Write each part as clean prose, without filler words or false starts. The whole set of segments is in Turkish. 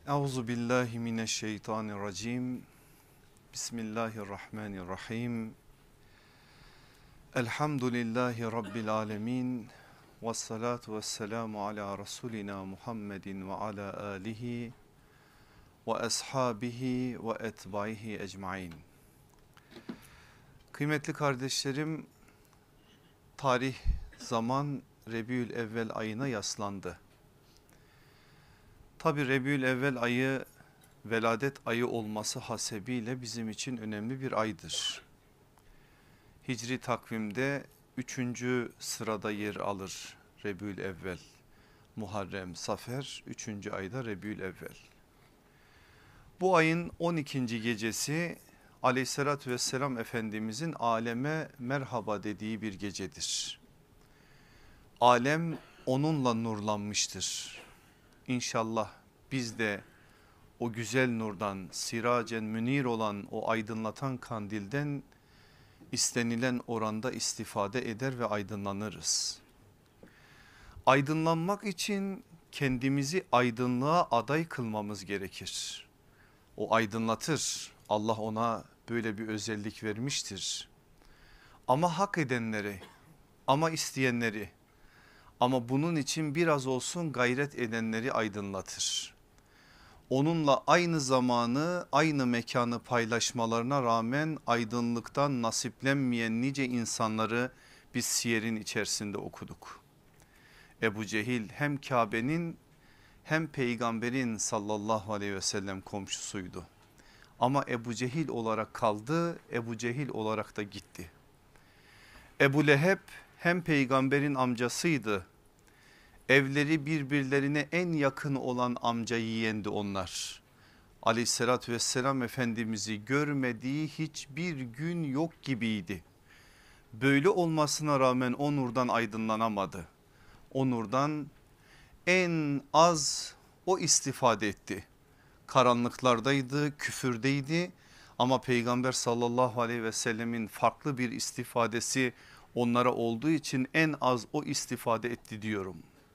Euzu billahi mineşşeytanirracim. Bismillahirrahmanirrahim. Elhamdülillahi rabbil alamin. Ves salatu vesselamu ala rasulina Muhammedin ve ala alihi ve ashabihi ve etbaihi ecmaîn. Kıymetli kardeşlerim, tarih zaman Rebiülevvel ayına yaslandı. Tabi Rebiülevvel ayı veladet ayı olması hasebiyle bizim için önemli bir aydır. Hicri takvimde 3. sırada yer alır Rebiülevvel. Muharrem, Safer 3. ayda Rebiülevvel. Bu ayın 12. gecesi Aleyhissalatü vesselam Efendimizin aleme merhaba dediği bir gecedir. Alem onunla nurlanmıştır. İnşallah biz de o güzel nurdan, siracen münir olan o aydınlatan kandilden istenilen oranda istifade eder ve aydınlanırız. Aydınlanmak için kendimizi aydınlığa aday kılmamız gerekir. O aydınlatır. Allah ona böyle bir özellik vermiştir. Ama hak edenleri, ama isteyenleri, ama bunun için biraz olsun gayret edenleri aydınlatır. Onunla aynı zamanı, aynı mekanı paylaşmalarına rağmen aydınlıktan nasiplenmeyen nice insanları biz siyerin içerisinde okuduk. Ebu Cehil hem Kabe'nin hem peygamberin sallallahu aleyhi ve sellem komşusuydu. Ama Ebu Cehil olarak kaldı, Ebu Cehil olarak da gitti. Ebu Leheb hem peygamberin amcasıydı. Evleri birbirlerine en yakın olan amca yeğendi onlar. Aleyhissalatü vesselam Efendimiz'i görmediği hiçbir gün yok gibiydi. Böyle olmasına rağmen o nurdan aydınlanamadı. O nurdan en az o istifade etti. Karanlıklardaydı, küfürdeydi ama Peygamber sallallahu aleyhi ve sellemin farklı bir istifadesi onlara olduğu için en az o istifade etti diyorum.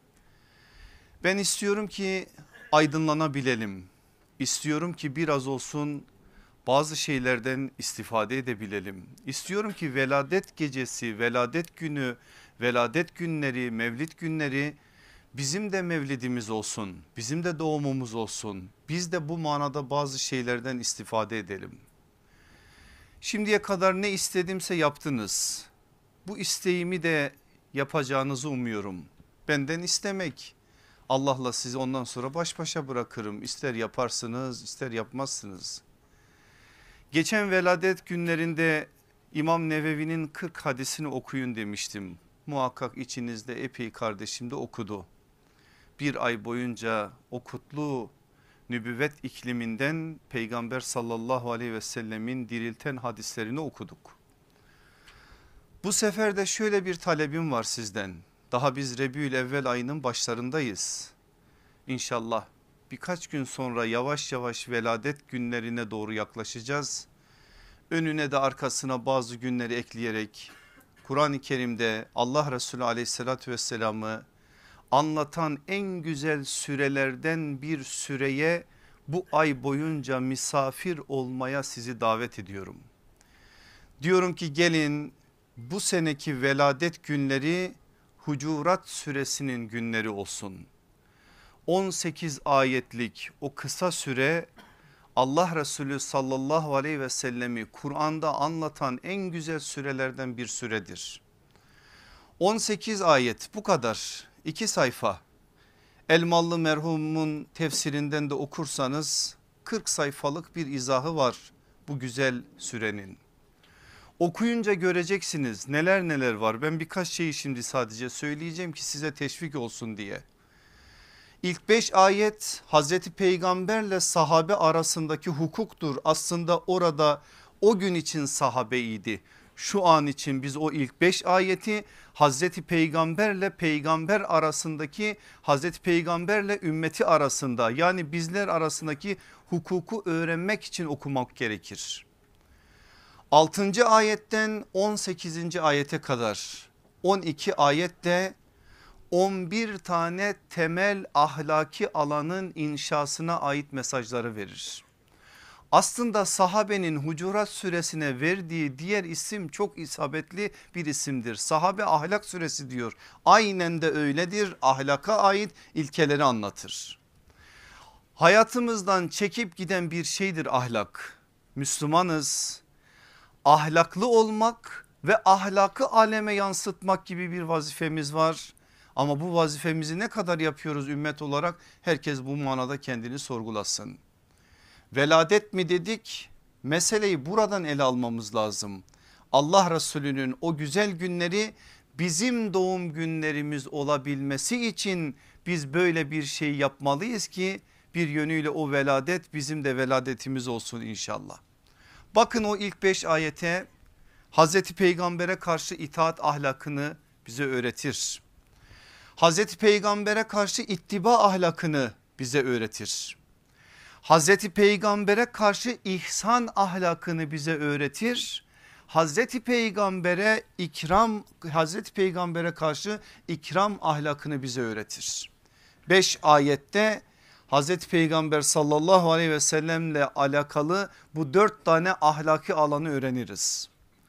Ben istiyorum ki aydınlanabilelim. İstiyorum ki biraz olsun bazı şeylerden istifade edebilelim. İstiyorum ki veladet gecesi, veladet günü, veladet günleri, mevlid günleri bizim de mevlidimiz olsun. Bizim de doğumumuz olsun. Biz de bu manada bazı şeylerden istifade edelim. Şimdiye kadar ne istedimse yaptınız. Bu isteğimi de yapacağınızı umuyorum. Benden istemek. Allah'la sizi ondan sonra baş başa bırakırım. İster yaparsınız, ister yapmazsınız. Geçen veladet günlerinde İmam Nevevi'nin 40 hadisini okuyun demiştim. Muhakkak içinizde epey kardeşim de okudu. Bir ay boyunca o kutlu nübüvvet ikliminden Peygamber sallallahu aleyhi ve sellemin dirilten hadislerini okuduk. Bu sefer de şöyle bir talebim var sizden. Daha biz Rebiülevvel ayının başlarındayız. İnşallah birkaç gün sonra yavaş yavaş veladet günlerine doğru yaklaşacağız. Önüne de arkasına bazı günleri ekleyerek Kur'an-ı Kerim'de Allah Resulü aleyhissalatü vesselam'ı anlatan en güzel sürelerden bir süreye bu ay boyunca misafir olmaya sizi davet ediyorum. Diyorum ki gelin bu seneki veladet günleri Hucurat suresinin günleri olsun. 18 ayetlik o kısa süre Allah Resulü sallallahu aleyhi ve sellemi Kur'an'da anlatan en güzel sürelerden bir süredir. 18 ayet bu kadar, 2 sayfa. Elmalı merhumun tefsirinden de okursanız 40 sayfalık bir izahı var bu güzel sürenin. Okuyunca göreceksiniz neler neler var. Ben birkaç şeyi şimdi sadece söyleyeceğim ki size teşvik olsun diye. İlk 5 ayet Hazreti Peygamberle sahabe arasındaki hukuktur. Aslında orada o gün için sahabeydi. Şu an için biz o ilk 5 ayeti Hazreti Peygamberle peygamber arasındaki, Hazreti Peygamberle ümmeti arasında, yani bizler arasındaki hukuku öğrenmek için okumak gerekir. 6. ayetten 18. ayete kadar 12 ayette 11 tane temel ahlaki alanın inşasına ait mesajları verir. Aslında sahabenin Hucurat suresine verdiği diğer isim çok isabetli bir isimdir. Sahabe ahlak suresi diyor. Aynen de öyledir. Ahlaka ait ilkeleri anlatır. Hayatımızdan çekip giden bir şeydir ahlak. Müslümanız. Ahlaklı olmak ve ahlakı aleme yansıtmak gibi bir vazifemiz var. Ama bu vazifemizi ne kadar yapıyoruz ümmet olarak? Herkes bu manada kendini sorgulasın. Veladet mi dedik? Meseleyi buradan ele almamız lazım. Allah Resulü'nün o güzel günleri bizim doğum günlerimiz olabilmesi için biz böyle bir şey yapmalıyız ki bir yönüyle o veladet bizim de veladetimiz olsun inşallah. Bakın o ilk 5 ayete Hazreti Peygamber'e karşı itaat ahlakını bize öğretir. Hazreti Peygamber'e karşı ittiba ahlakını bize öğretir. Hazreti Peygamber'e karşı ihsan ahlakını bize öğretir. Hazreti Peygamber'e karşı ikram ahlakını bize öğretir. 5 ayette Hazreti Peygamber sallallahu aleyhi ve sellemle alakalı bu 4 tane ahlaki alanı öğreniriz.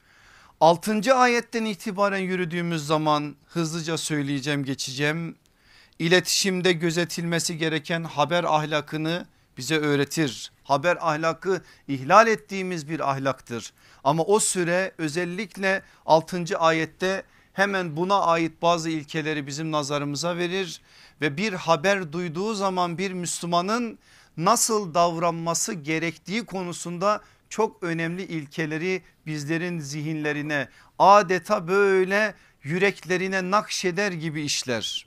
6. ayetten itibaren yürüdüğümüz zaman hızlıca söyleyeceğim, geçeceğim. İletişimde gözetilmesi gereken haber ahlakını bize öğretir. Haber ahlakı ihlal ettiğimiz bir ahlaktır. Ama o süre özellikle 6. ayette hemen buna ait bazı ilkeleri bizim nazarımıza verir. Ve bir haber duyduğu zaman bir Müslümanın nasıl davranması gerektiği konusunda çok önemli ilkeleri bizlerin zihinlerine adeta böyle yüreklerine nakşeder gibi işler.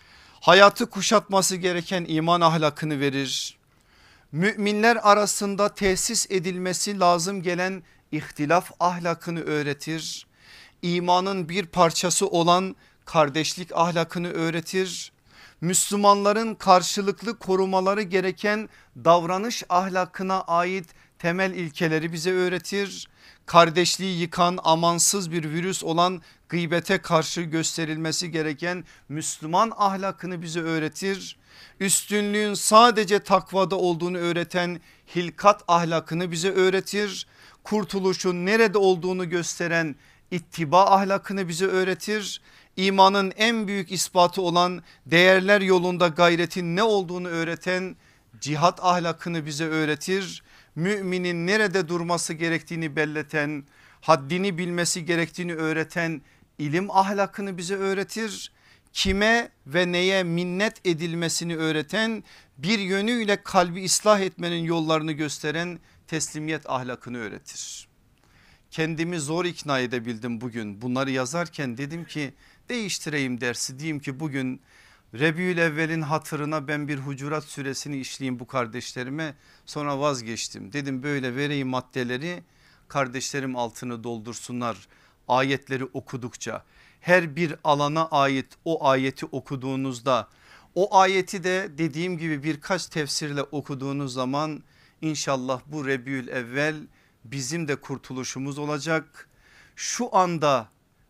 Hayatı kuşatması gereken iman ahlakını verir. Müminler arasında tesis edilmesi lazım gelen ihtilaf ahlakını öğretir. İmanın bir parçası olan kardeşlik ahlakını öğretir. Müslümanların karşılıklı korumaları gereken davranış ahlakına ait temel ilkeleri bize öğretir. Kardeşliği yıkan amansız bir virüs olan gıybete karşı gösterilmesi gereken Müslüman ahlakını bize öğretir. Üstünlüğün sadece takvada olduğunu öğreten hilkat ahlakını bize öğretir. Kurtuluşun nerede olduğunu gösteren ittiba ahlakını bize öğretir. İmanın en büyük ispatı olan değerler yolunda gayretin ne olduğunu öğreten cihat ahlakını bize öğretir. Müminin nerede durması gerektiğini belleten, haddini bilmesi gerektiğini öğreten ilim ahlakını bize öğretir. Kime ve neye minnet edilmesini öğreten, bir yönüyle kalbi ıslah etmenin yollarını gösteren teslimiyet ahlakını öğretir. Kendimi zor ikna edebildim bugün. Bunları yazarken dedim ki değiştireyim dersi, diyeyim ki bugün Rebiyülevvel'in hatırına ben bir Hucurat suresini işleyeyim bu kardeşlerime, sonra vazgeçtim. Dedim böyle vereyim maddeleri, kardeşlerim altını doldursunlar ayetleri okudukça. Her bir alana ait o ayeti okuduğunuzda, o ayeti de dediğim gibi birkaç tefsirle okuduğunuz zaman inşallah bu Rebiyülevvel bizim de kurtuluşumuz olacak. Şu anda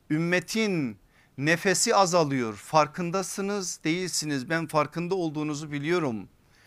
ümmetin nefesi azalıyor, farkındasınız değilsiniz, ben farkında olduğunuzu biliyorum.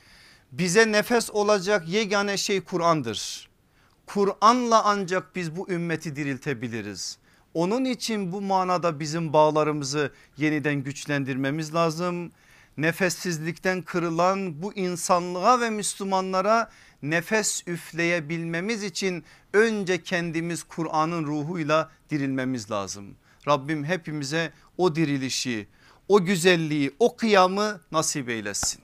Bize nefes olacak yegane şey Kur'an'dır. Kur'an'la ancak biz bu ümmeti diriltebiliriz. Onun için bu manada bizim bağlarımızı yeniden güçlendirmemiz lazım. Nefessizlikten kırılan bu insanlığa ve Müslümanlara nefes üfleyebilmemiz için önce kendimiz Kur'an'ın ruhuyla dirilmemiz lazım. Rabbim hepimize o dirilişi, o güzelliği, o kıyamı nasip eylesin.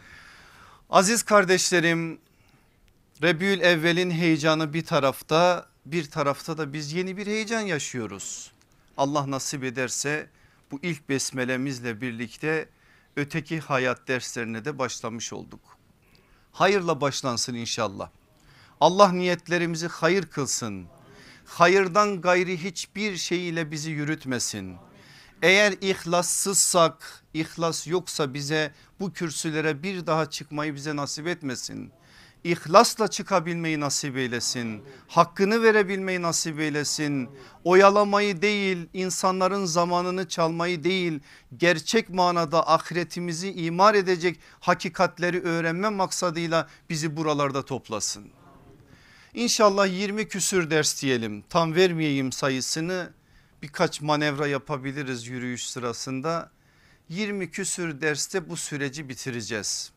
Aziz kardeşlerim, Rebiyülevvel'in heyecanı bir tarafta da biz yeni bir heyecan yaşıyoruz. Allah nasip ederse bu ilk besmelemizle birlikte öteki hayat derslerine de başlamış olduk. Hayırla başlansın inşallah. Allah niyetlerimizi hayır kılsın. Hayırdan gayri hiçbir şey ile bizi yürütmesin. Eğer ihlassızsak, ihlas yoksa bize bu kürsülere bir daha çıkmayı bize nasip etmesin. İhlasla çıkabilmeyi nasip eylesin. Hakkını verebilmeyi nasip eylesin. Oyalamayı değil, insanların zamanını çalmayı değil, gerçek manada ahiretimizi imar edecek hakikatleri öğrenme maksadıyla bizi buralarda toplasın. İnşallah 20 küsür ders diyelim, tam vermeyeyim sayısını, birkaç manevra yapabiliriz yürüyüş sırasında. 20 küsür derste bu süreci bitireceğiz.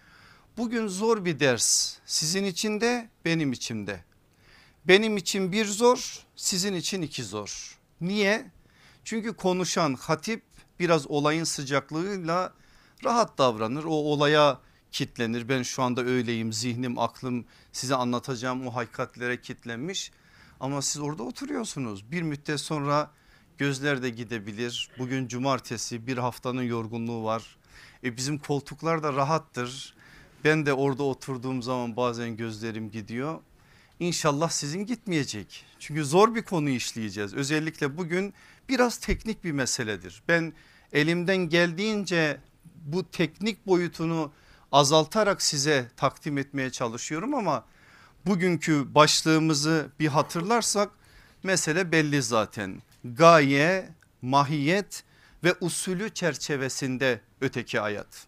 Bugün zor bir ders, sizin için de benim için de. Benim için bir zor, sizin için iki zor. Niye? Çünkü konuşan hatip biraz olayın sıcaklığıyla rahat davranır, o olaya kitlenir. Ben şu anda öyleyim, zihnim aklım size anlatacağım o hakikatlere kitlenmiş. Ama siz orada oturuyorsunuz, bir müddet sonra gözler de gidebilir. Bugün cumartesi, bir haftanın yorgunluğu var. Bizim koltuklar da rahattır. Ben de orada oturduğum zaman bazen gözlerim gidiyor. İnşallah sizin gitmeyecek. Çünkü zor bir konu işleyeceğiz. Özellikle bugün biraz teknik bir meseledir. Ben elimden geldiğince bu teknik boyutunu azaltarak size takdim etmeye çalışıyorum ama bugünkü başlığımızı bir hatırlarsak mesele belli zaten. Gaye, mahiyet ve usulü çerçevesinde öteki hayat.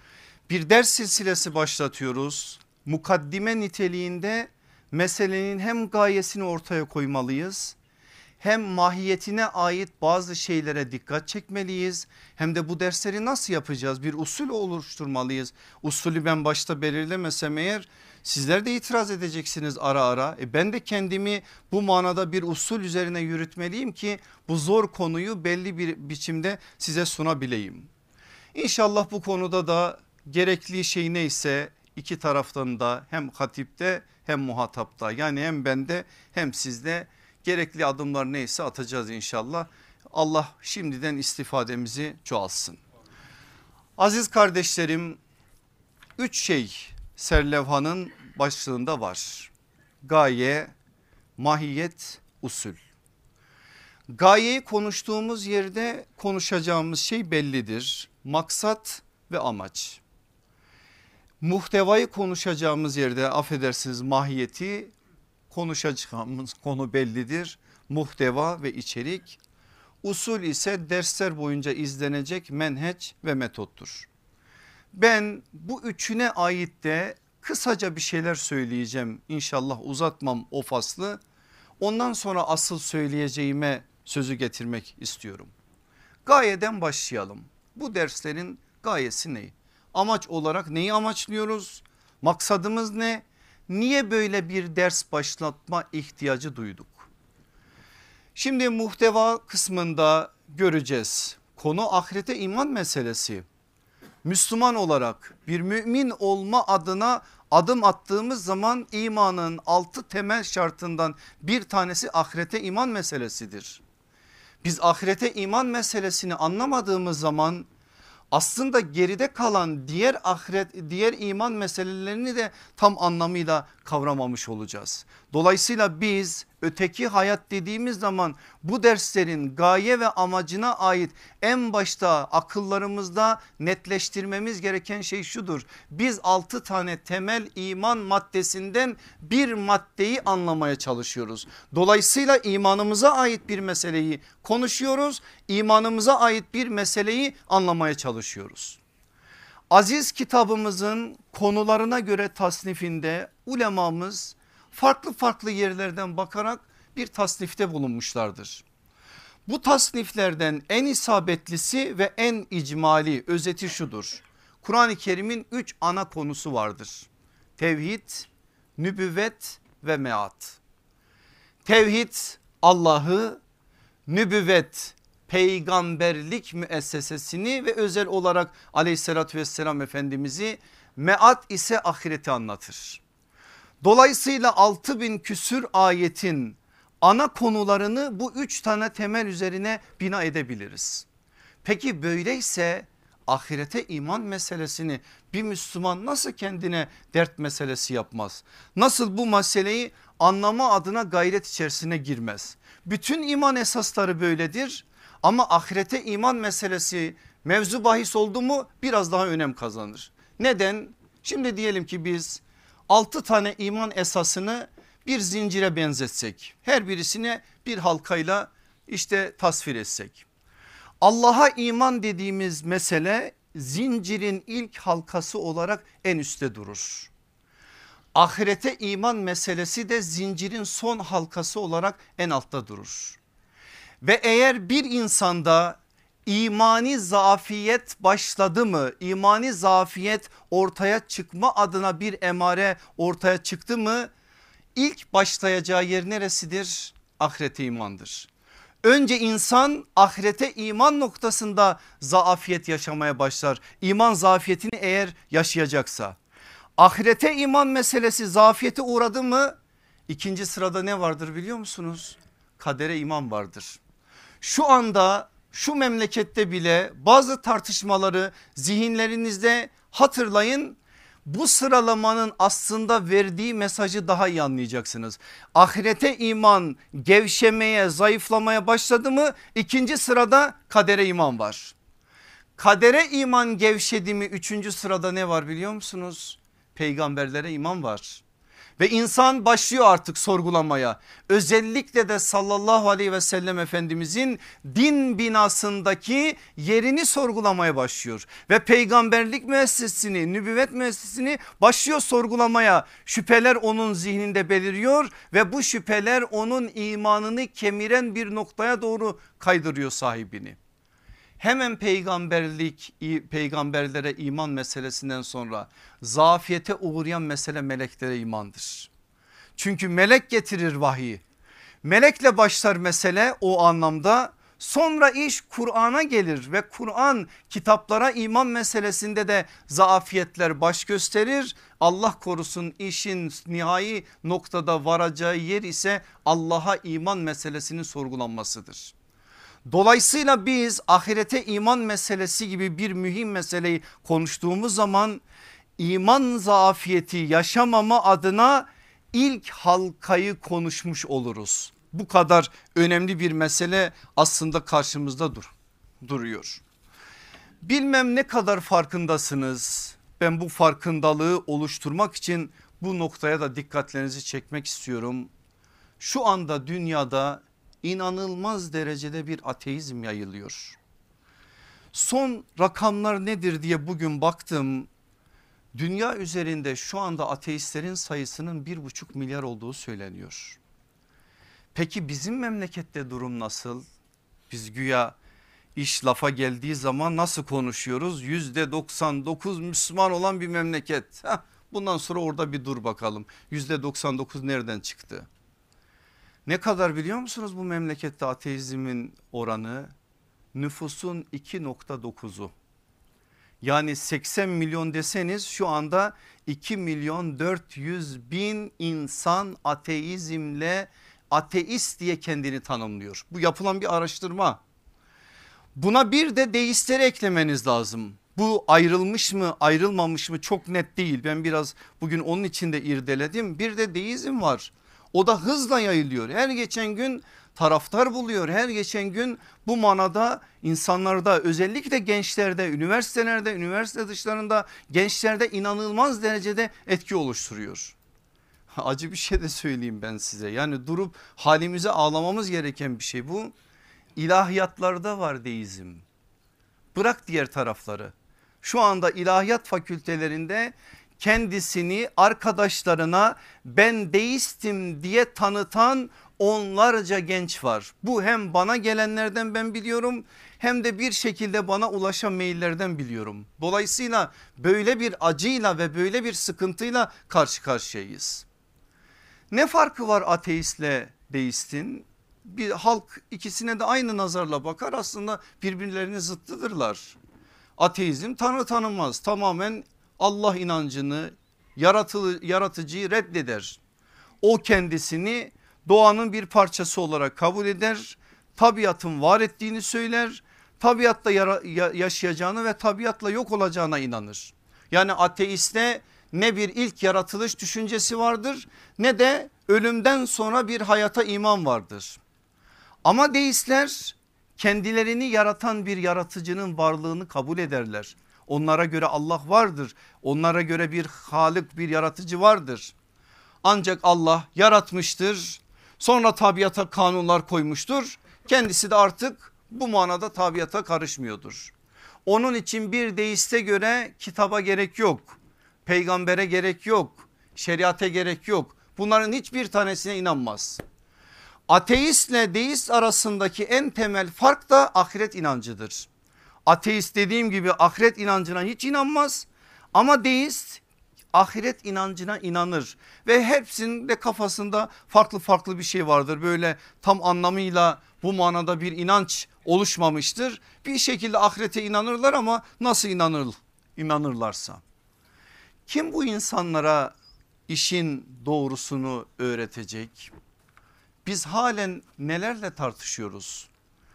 Bir ders silsilesi başlatıyoruz. Mukaddime niteliğinde meselenin hem gayesini ortaya koymalıyız, hem mahiyetine ait bazı şeylere dikkat çekmeliyiz, hem de bu dersleri nasıl yapacağız, bir usul oluşturmalıyız. Usulü ben başta belirlemesem eğer sizler de itiraz edeceksiniz ara ara. Ben de kendimi bu manada bir usul üzerine yürütmeliyim ki bu zor konuyu belli bir biçimde size sunabileyim. İnşallah bu konuda da gerekli şey neyse iki taraftan da, hem hatipte hem muhatapta, yani hem bende hem sizde gerekli adımlar neyse atacağız inşallah. Allah şimdiden istifademizi çoğalsın. Aziz kardeşlerim, 3 şey serlevhanın başlığında var. Gaye, mahiyet, usul. Gayeyi konuştuğumuz yerde konuşacağımız şey bellidir. Maksat ve amaç. Muhtevayı konuşacağımız yerde, affedersiniz, mahiyeti, konuşacağımız konu bellidir. Muhteva ve içerik. Usul ise dersler boyunca izlenecek menheç ve metottur. Ben bu üçüne ait de kısaca bir şeyler söyleyeceğim. İnşallah uzatmam o faslı. Ondan sonra asıl söyleyeceğime sözü getirmek istiyorum. Gayeden başlayalım. Bu derslerin gayesi ne? Amaç olarak neyi amaçlıyoruz? Maksadımız ne? Niye böyle bir ders başlatma ihtiyacı duyduk? Şimdi muhteva kısmında göreceğiz. Konu ahirete iman meselesi. Müslüman olarak bir mümin olma adına adım attığımız zaman imanın 6 temel şartından bir tanesi ahirete iman meselesidir. Biz ahirete iman meselesini anlamadığımız zaman aslında geride kalan diğer iman meselelerini de tam anlamıyla kavramamış olacağız. Dolayısıyla biz öteki hayat dediğimiz zaman bu derslerin gaye ve amacına ait en başta akıllarımızda netleştirmemiz gereken şey şudur. Biz 6 tane temel iman maddesinden bir maddeyi anlamaya çalışıyoruz. Dolayısıyla imanımıza ait bir meseleyi konuşuyoruz. İmanımıza ait bir meseleyi anlamaya çalışıyoruz. Aziz kitabımızın konularına göre tasnifinde ulemamız farklı farklı yerlerden bakarak bir tasnifte bulunmuşlardır. Bu tasniflerden en isabetlisi ve en icmali özeti şudur. Kur'an-ı Kerim'in 3 ana konusu vardır. Tevhid, nübüvvet ve meat. Tevhid Allah'ı, nübüvvet peygamberlik müessesesini ve özel olarak aleyhissalatü vesselam Efendimiz'i, meat ise ahireti anlatır. Dolayısıyla 6000 küsür ayetin ana konularını bu 3 tane temel üzerine bina edebiliriz. Peki böyleyse ahirete iman meselesini bir Müslüman nasıl kendine dert meselesi yapmaz? Nasıl bu meseleyi anlama adına gayret içerisine girmez? Bütün iman esasları böyledir ama ahirete iman meselesi mevzu bahis oldu mu biraz daha önem kazanır. Neden? Şimdi diyelim ki biz 6 tane iman esasını bir zincire benzetsek, her birisine bir halkayla işte tasvir etsek. Allah'a iman dediğimiz mesele zincirin ilk halkası olarak en üstte durur. Ahirete iman meselesi de zincirin son halkası olarak en altta durur. Ve eğer bir insanda imani zafiyet başladı mı, imani zafiyet ortaya çıkma adına bir emare ortaya çıktı mı, ilk başlayacağı yer neresidir? Ahirete imandır. Önce insan ahirete iman noktasında zaafiyet yaşamaya başlar. İman zafiyetini eğer yaşayacaksa. Ahirete iman meselesi zafiyete uğradı mı, ikinci sırada ne vardır biliyor musunuz? Kadere iman vardır. Şu anda şu memlekette bile bazı tartışmaları zihinlerinizde hatırlayın. Bu sıralamanın aslında verdiği mesajı daha iyi anlayacaksınız. Ahirete iman gevşemeye, zayıflamaya başladı mı, ikinci sırada kadere iman var. Kadere iman gevşedi mi, üçüncü sırada ne var biliyor musunuz? Peygamberlere iman var. Ve insan başlıyor artık sorgulamaya. Özellikle de sallallahu aleyhi ve sellem Efendimizin din binasındaki yerini sorgulamaya başlıyor. Ve peygamberlik müessesini, nübüvvet müessesini başlıyor sorgulamaya. Şüpheler onun zihninde beliriyor ve bu şüpheler onun imanını kemiren bir noktaya doğru kaydırıyor sahibini. Hemen peygamberlere iman meselesinden sonra zafiyete uğrayan mesele meleklere imandır. Çünkü melek getirir vahiy. Melekle başlar mesele o anlamda, sonra iş Kur'an'a gelir ve Kur'an kitaplara iman meselesinde de zafiyetler baş gösterir. Allah korusun, işin nihai noktada varacağı yer ise Allah'a iman meselesinin sorgulanmasıdır. Dolayısıyla biz ahirete iman meselesi gibi bir mühim meseleyi konuştuğumuz zaman iman zafiyeti yaşamama adına ilk halkayı konuşmuş oluruz. Bu kadar önemli bir mesele aslında karşımızda duruyor. Bilmem ne kadar farkındasınız. Ben bu farkındalığı oluşturmak için bu noktaya da dikkatlerinizi çekmek istiyorum. Şu anda dünyada İnanılmaz derecede bir ateizm yayılıyor. Son rakamlar nedir diye bugün baktım. Dünya üzerinde şu anda ateistlerin sayısının 1,5 milyar olduğu söyleniyor. Peki bizim memlekette durum nasıl? Biz güya iş lafa geldiği zaman nasıl konuşuyoruz? %99 Müslüman olan bir memleket. Bundan sonra orada bir dur bakalım. %99 nereden çıktı? Ne kadar biliyor musunuz bu memlekette ateizmin oranı? Nüfusun 2,9'u. Yani 80 milyon deseniz şu anda 2 milyon 400 bin insan ateizmle, ateist diye kendini tanımlıyor. Bu yapılan bir araştırma. Buna bir de deistleri eklemeniz lazım. Bu ayrılmış mı ayrılmamış mı çok net değil. Ben biraz bugün onun için de irdeledim. Bir de deizm var. O da hızla yayılıyor. Her geçen gün taraftar buluyor. Her geçen gün bu manada insanlarda, özellikle gençlerde, üniversitelerde, üniversite dışlarında gençlerde inanılmaz derecede etki oluşturuyor. Acı bir şey de söyleyeyim ben size. Yani durup halimize ağlamamız gereken bir şey bu. İlahiyatlarda var deizm. Bırak diğer tarafları. Şu anda ilahiyat fakültelerinde kendisini arkadaşlarına ben deistim diye tanıtan onlarca genç var. Bu hem bana gelenlerden ben biliyorum, hem de bir şekilde bana ulaşan maillerden biliyorum. Dolayısıyla böyle bir acıyla ve böyle bir sıkıntıyla karşı karşıyayız. Ne farkı var ateistle deistin? Bir halk ikisine de aynı nazarla bakar, aslında birbirlerinin zıttıdırlar. Ateizm tanrı tanımaz, tamamen Allah inancını, yaratıcıyı reddeder. O kendisini doğanın bir parçası olarak kabul eder. Tabiatın var ettiğini söyler. Tabiatla yaşayacağını ve tabiatla yok olacağına inanır. Yani ateiste ne bir ilk yaratılış düşüncesi vardır, ne de ölümden sonra bir hayata iman vardır. Ama deistler kendilerini yaratan bir yaratıcının varlığını kabul ederler. Onlara göre Allah vardır. Onlara göre bir Halik, bir yaratıcı vardır. Ancak Allah yaratmıştır. Sonra tabiata kanunlar koymuştur. Kendisi de artık bu manada tabiata karışmıyordur. Onun için bir deiste göre kitaba gerek yok. Peygambere gerek yok. Şeriate gerek yok. Bunların hiçbir tanesine inanmaz. Ateistle deist arasındaki en temel fark da ahiret inancıdır. Ateist dediğim gibi ahiret inancına hiç inanmaz ama deist ahiret inancına inanır ve hepsinin de kafasında farklı farklı bir şey vardır. Böyle tam anlamıyla bu manada bir inanç oluşmamıştır. Bir şekilde ahirete inanırlar ama nasıl inanırlarsa. Kim bu insanlara işin doğrusunu öğretecek? Biz halen nelerle tartışıyoruz?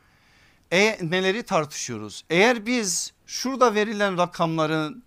Neleri tartışıyoruz? Eğer biz şurada verilen rakamların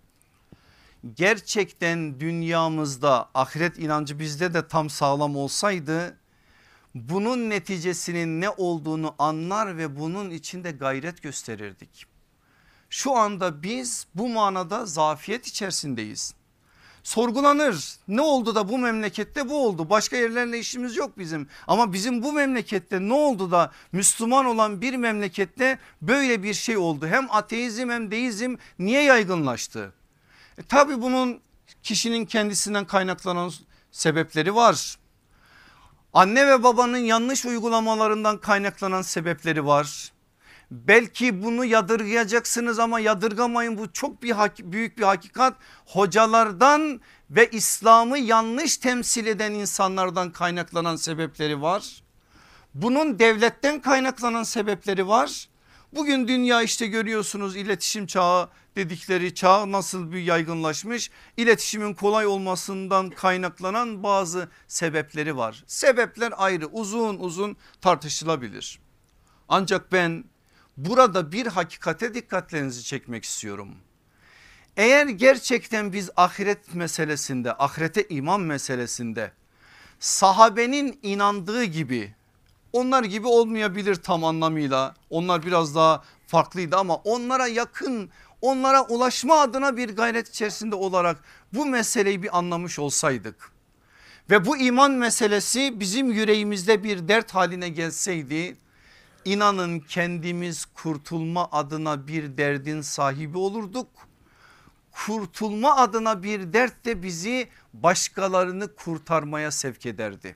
gerçekten dünyamızda ahiret inancı bizde de tam sağlam olsaydı bunun neticesinin ne olduğunu anlar ve bunun içinde gayret gösterirdik. Şu anda biz bu manada zafiyet içerisindeyiz. Sorgulanır, ne oldu da bu memlekette bu oldu, başka yerlerle işimiz yok bizim ama bizim bu memlekette ne oldu da Müslüman olan bir memlekette böyle bir şey oldu, hem ateizm hem deizm niye yaygınlaştı? Tabii bunun kişinin kendisinden kaynaklanan sebepleri var. Anne ve babanın yanlış uygulamalarından kaynaklanan sebepleri var. Belki bunu yadırgayacaksınız ama yadırgamayın, bu çok büyük bir hakikat. Hocalardan ve İslam'ı yanlış temsil eden insanlardan kaynaklanan sebepleri var. Bunun devletten kaynaklanan sebepleri var. Bugün dünya işte görüyorsunuz, iletişim çağı dedikleri çağ nasıl bir yaygınlaşmış. İletişimin kolay olmasından kaynaklanan bazı sebepleri var. Sebepler ayrı, uzun uzun tartışılabilir. Ancak ben burada bir hakikate dikkatlerinizi çekmek istiyorum. Eğer gerçekten biz ahiret meselesinde, ahirete iman meselesinde sahabenin inandığı gibi, onlar gibi olmayabilir tam anlamıyla, onlar biraz daha farklıydı ama onlara yakın, onlara ulaşma adına bir gayret içerisinde olarak bu meseleyi bir anlamış olsaydık ve bu iman meselesi bizim yüreğimizde bir dert haline gelseydi, İnanın kendimiz kurtulma adına bir derdin sahibi olurduk. Kurtulma adına bir dert de bizi başkalarını kurtarmaya sevk ederdi.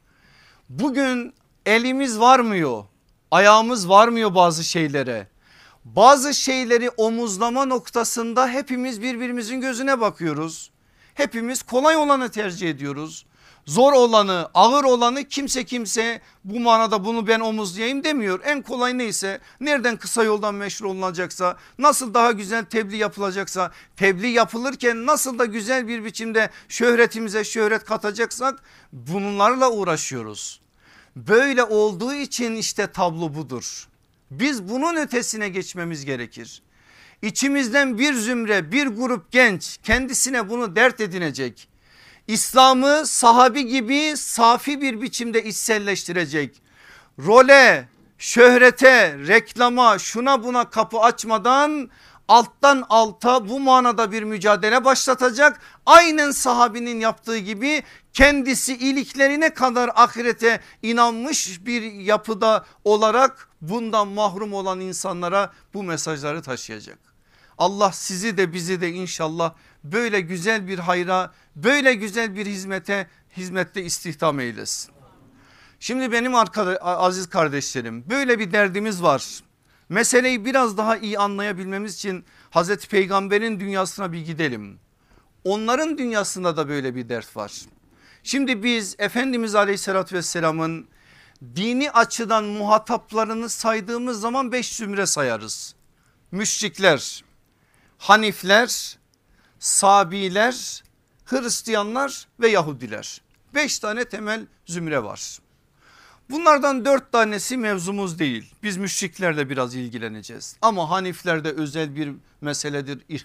Bugün elimiz varmıyor, ayağımız varmıyor bazı şeylere. Bazı şeyleri omuzlama noktasında hepimiz birbirimizin gözüne bakıyoruz. Hepimiz kolay olanı tercih ediyoruz. Zor olanı, ağır olanı kimse bu manada bunu ben omuzlayayım demiyor. En kolay neyse, nereden kısa yoldan meşhur olunacaksa, nasıl daha güzel tebliğ yapılacaksa, tebliğ yapılırken nasıl da güzel bir biçimde şöhretimize şöhret katacaksak bunlarla uğraşıyoruz. Böyle olduğu için işte tablo budur. Biz bunun ötesine geçmemiz gerekir. İçimizden bir zümre, bir grup genç kendisine bunu dert edinecek. İslam'ı sahabi gibi safi bir biçimde içselleştirecek. Role, şöhrete, reklama, şuna buna kapı açmadan alttan alta bu manada bir mücadele başlatacak. Aynen sahabinin yaptığı gibi kendisi iliklerine kadar ahirete inanmış bir yapıda olarak bundan mahrum olan insanlara bu mesajları taşıyacak. Allah sizi de bizi de inşallah böyle güzel bir hayra, böyle güzel bir hizmette istihdam eylesin. Şimdi benim aziz kardeşlerim, böyle bir derdimiz var. Meseleyi biraz daha iyi anlayabilmemiz için Hazreti Peygamber'in dünyasına bir gidelim. Onların dünyasında da böyle bir dert var. Şimdi biz Efendimiz Aleyhisselatü Vesselam'ın dini açıdan muhataplarını saydığımız zaman 5 zümre sayarız. Müşrikler, Hanifler, Sabiler, Hristiyanlar ve Yahudiler. 5 tane temel zümre var. Bunlardan 4 tanesi mevzumuz değil. Biz müşriklerle biraz ilgileneceğiz. Ama Haniflerde özel bir meseledir.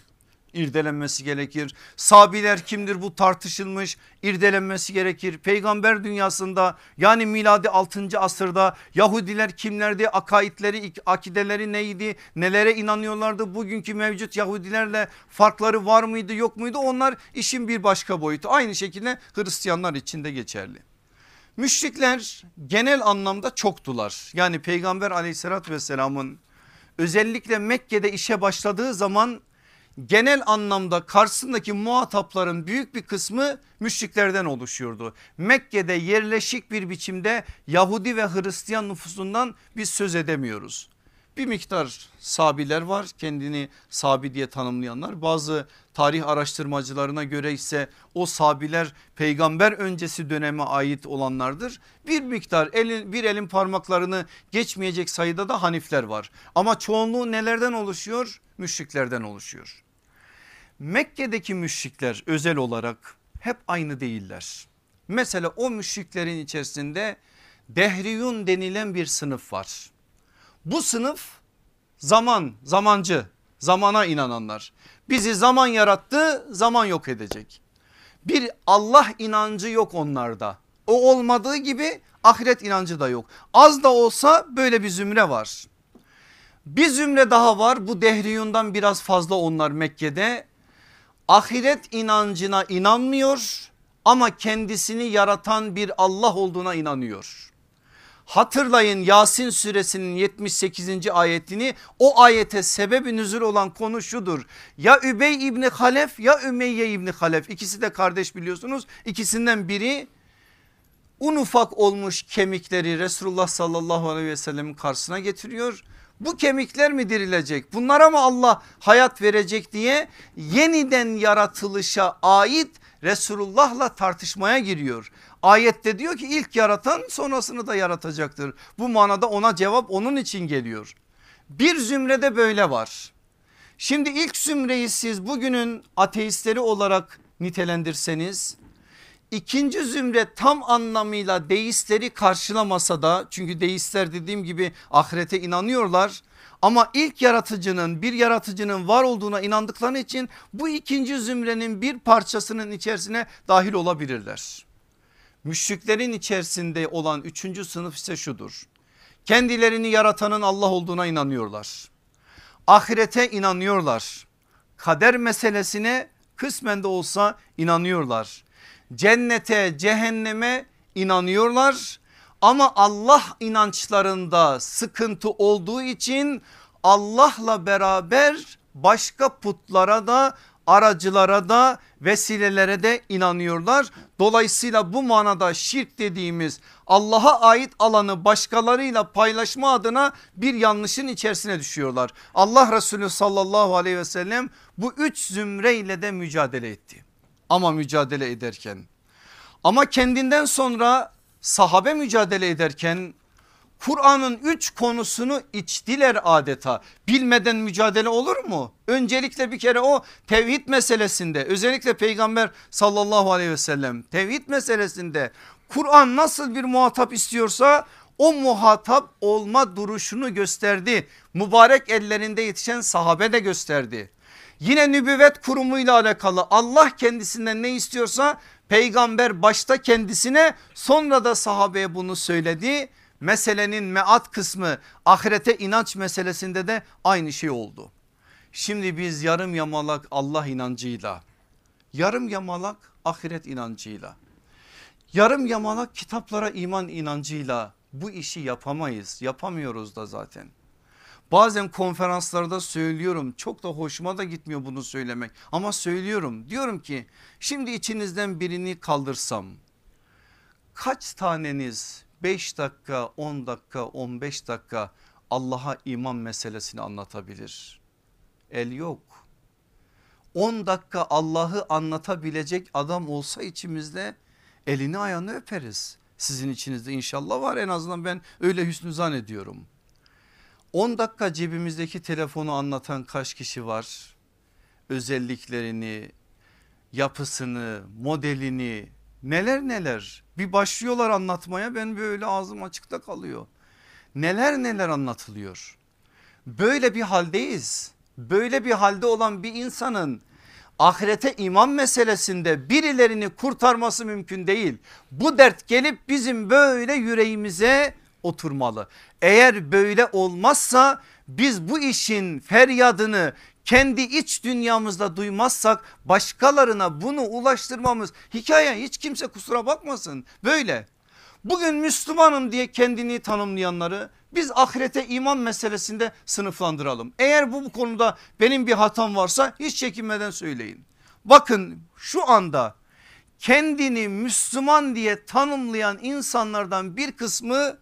irdelenmesi gerekir. Sabiler kimdir, bu tartışılmış, irdelenmesi gerekir. Peygamber dünyasında yani miladi 6. asırda Yahudiler kimlerdi, akaidleri, akideleri neydi, nelere inanıyorlardı, bugünkü mevcut Yahudilerle farkları var mıydı yok muydu, onlar işin bir başka boyutu. Aynı şekilde Hristiyanlar için de geçerli. Müşrikler genel anlamda çoktular. Yani Peygamber aleyhissalatü vesselamın özellikle Mekke'de işe başladığı zaman genel anlamda karşısındaki muhatapların büyük bir kısmı müşriklerden oluşuyordu. Mekke'de yerleşik bir biçimde Yahudi ve Hristiyan nüfusundan biz söz edemiyoruz. Bir miktar Sabiler var, kendini Sabi diye tanımlayanlar. Bazı tarih araştırmacılarına göre ise o Sabiler peygamber öncesi döneme ait olanlardır. Bir miktar bir elin parmaklarını geçmeyecek sayıda da Hanifler var. Ama çoğunluğu nelerden oluşuyor? Müşriklerden oluşuyor. Mekke'deki müşrikler özel olarak hep aynı değiller. Mesela o müşriklerin içerisinde Dehriyun denilen bir sınıf var. Bu sınıf zamancı, zamana inananlar. Bizi zaman yarattı, zaman yok edecek. Bir Allah inancı yok onlarda. O olmadığı gibi ahiret inancı da yok. Az da olsa böyle bir zümre var. Bir zümre daha var, bu Dehriyundan biraz fazla onlar Mekke'de. Ahiret inancına inanmıyor ama kendisini yaratan bir Allah olduğuna inanıyor. Hatırlayın Yasin suresinin 78. ayetini, o ayete sebebi nüzul olan konu şudur. Ya Übey İbni Halef ya Ümeyye İbni Halef, ikisi de kardeş biliyorsunuz. İkisinden biri un ufak olmuş kemikleri Resulullah sallallahu aleyhi ve sellemin karşısına getiriyor. Bu kemikler mi dirilecek, bunlara mı Allah hayat verecek diye yeniden yaratılışa ait Resulullah'la tartışmaya giriyor. Ayette diyor ki ilk yaratan sonrasını da yaratacaktır. Bu manada ona cevap onun için geliyor. Bir zümrede böyle var. Şimdi ilk zümreyi siz bugünün ateistleri olarak nitelendirseniz, İkinci zümre tam anlamıyla deistleri karşılamasa da, çünkü deistler dediğim gibi ahirete inanıyorlar. Ama ilk yaratıcının, bir yaratıcının var olduğuna inandıkları için bu ikinci zümrenin bir parçasının içerisine dahil olabilirler. Müşriklerin içerisinde olan üçüncü sınıf ise şudur. Kendilerini yaratanın Allah olduğuna inanıyorlar. Ahirete inanıyorlar. Kader meselesine kısmen de olsa inanıyorlar. Cennete, cehenneme inanıyorlar ama Allah inançlarında sıkıntı olduğu için Allah'la beraber başka putlara da, aracılara da, vesilelere de inanıyorlar. Dolayısıyla bu manada şirk dediğimiz Allah'a ait alanı başkalarıyla paylaşma adına bir yanlışın içerisine düşüyorlar. Allah Resulü sallallahu aleyhi ve sellem bu üç zümreyle de mücadele etti. Ama mücadele ederken, ama kendinden sonra sahabe mücadele ederken Kur'an'ın 3 konusunu içtiler adeta. Bilmeden mücadele olur mu? Öncelikle bir kere o tevhid meselesinde, özellikle Peygamber sallallahu aleyhi ve sellem tevhid meselesinde Kur'an nasıl bir muhatap istiyorsa o muhatap olma duruşunu gösterdi. Mübarek ellerinde yetişen sahabe de gösterdi. Yine nübüvvet kurumuyla alakalı Allah kendisinden ne istiyorsa peygamber başta kendisine, sonra da sahabeye bunu söyledi. Meselenin meat kısmı, ahirete inanç meselesinde de aynı şey oldu. Şimdi biz yarım yamalak Allah inancıyla, yarım yamalak ahiret inancıyla, yarım yamalak kitaplara iman inancıyla bu işi yapamayız, yapamıyoruz da zaten. Bazen konferanslarda söylüyorum, çok da hoşuma da gitmiyor bunu söylemek ama söylüyorum. Diyorum ki şimdi içinizden birini kaldırsam kaç taneniz 5 dakika, 10 dakika, 15 dakika Allah'a iman meselesini anlatabilir? El yok. 10 dakika Allah'ı anlatabilecek adam olsa içimizde elini ayağını öperiz. Sizin içinizde inşallah var, en azından ben öyle hüsnü zannediyorum. 10 dakika cebimizdeki telefonu anlatan kaç kişi var? Özelliklerini, yapısını, modelini, neler neler bir başlıyorlar anlatmaya, ben böyle ağzım açıkta kalıyor. Neler neler anlatılıyor. Böyle bir haldeyiz. Böyle bir halde olan bir insanın ahirete iman meselesinde birilerini kurtarması mümkün değil. Bu dert gelip bizim böyle yüreğimize oturmalı. Eğer böyle olmazsa biz bu işin feryadını kendi iç dünyamızda duymazsak başkalarına bunu ulaştırmamız hikaye, hiç kimse kusura bakmasın böyle. Bugün Müslümanım diye kendini tanımlayanları biz ahirete iman meselesinde sınıflandıralım. Eğer bu konuda benim bir hatam varsa hiç çekinmeden söyleyin. Bakın şu anda kendini Müslüman diye tanımlayan insanlardan bir kısmı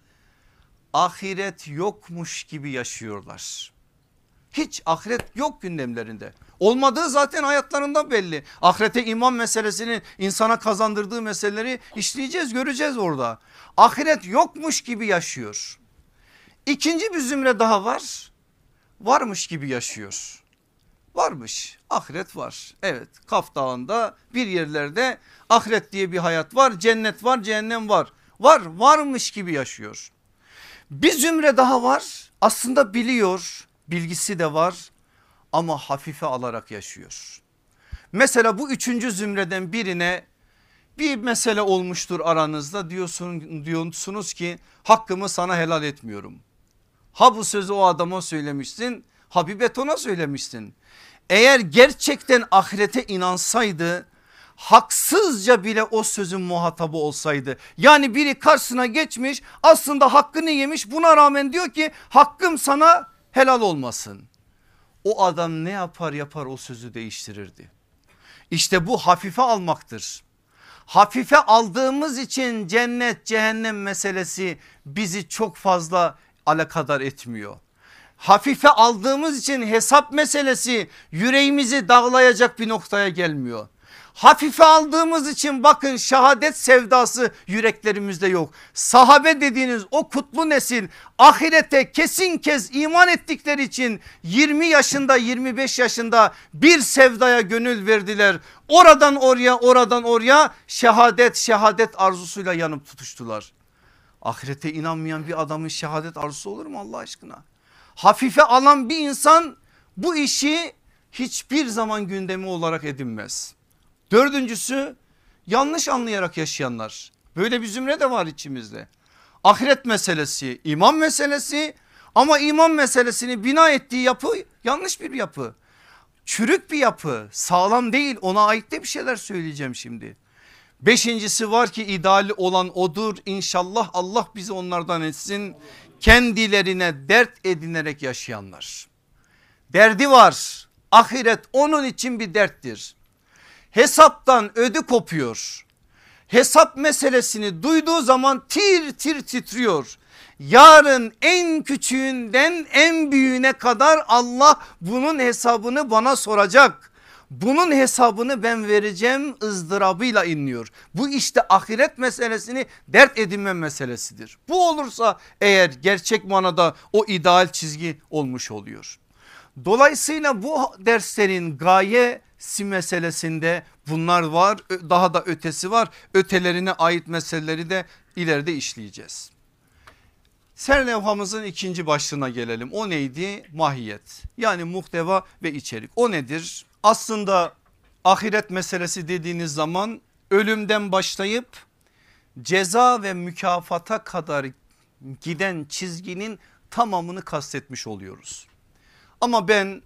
ahiret yokmuş gibi yaşıyorlar. Hiç ahiret yok gündemlerinde. Olmadığı zaten hayatlarından belli. Ahirete iman meselesinin insana kazandırdığı meseleleri işleyeceğiz, göreceğiz orada. Ahiret yokmuş gibi yaşıyor. İkinci bir zümre daha var. Varmış gibi yaşıyor. Varmış, ahiret var. Evet, Kaf Dağı'nda bir yerlerde ahiret diye bir hayat var. Cennet var, cehennem var. Varmış gibi yaşıyor. Bir zümre daha var. Aslında biliyor, bilgisi de var ama hafife alarak yaşıyor. Mesela bu üçüncü zümreden birine bir mesele olmuştur aranızda, diyorsunuz ki hakkımı sana helal etmiyorum. Ha bu sözü o adama söylemişsin, ha bir betona söylemişsin. Eğer gerçekten ahirete inansaydı, haksızca bile o sözün muhatabı olsaydı, yani biri karşısına geçmiş aslında hakkını yemiş, buna rağmen diyor ki hakkım sana helal olmasın. O adam ne yapar o sözü değiştirirdi. İşte bu hafife almaktır. Hafife aldığımız için cennet cehennem meselesi bizi çok fazla alakadar etmiyor. Hafife aldığımız için hesap meselesi yüreğimizi dağlayacak bir noktaya gelmiyor. Hafife aldığımız için bakın şehadet sevdası yüreklerimizde yok. Sahabe dediğiniz o kutlu nesil ahirete kesin kez iman ettikleri için 20 yaşında 25 yaşında bir sevdaya gönül verdiler. Oradan oraya şehadet arzusuyla yanıp tutuştular. Ahirete inanmayan bir adamın şehadet arzusu olur mu Allah aşkına? Hafife alan bir insan bu işi hiçbir zaman gündemi olarak edinmez. Dördüncüsü yanlış anlayarak yaşayanlar. Böyle bir zümre de var içimizde. Ahiret meselesi, iman meselesi ama iman meselesini bina ettiği yapı yanlış bir yapı. Çürük bir yapı, sağlam değil, ona ait de bir şeyler söyleyeceğim şimdi. Beşincisi var ki ideal olan odur, İnşallah Allah bizi onlardan etsin. Kendilerine dert edinerek yaşayanlar. Derdi var, ahiret onun için bir derttir. Hesaptan ödü kopuyor. Hesap meselesini duyduğu zaman tir tir titriyor. Yarın en küçüğünden en büyüğüne kadar Allah bunun hesabını bana soracak. Bunun hesabını ben vereceğim ızdırabıyla inliyor. Bu işte ahiret meselesini dert edinme meselesidir. Bu olursa eğer gerçek manada o ideal çizgi olmuş oluyor. Dolayısıyla bu derslerin gayesi meselesinde bunlar var, daha da ötesi var. Ötelerine ait meseleleri de ileride işleyeceğiz. Serlevhamızın ikinci başlığına gelelim. O neydi? Mahiyet, yani muhteva ve içerik. O nedir? Aslında ahiret meselesi dediğiniz zaman ölümden başlayıp ceza ve mükafata kadar giden çizginin tamamını kastetmiş oluyoruz. Ama ben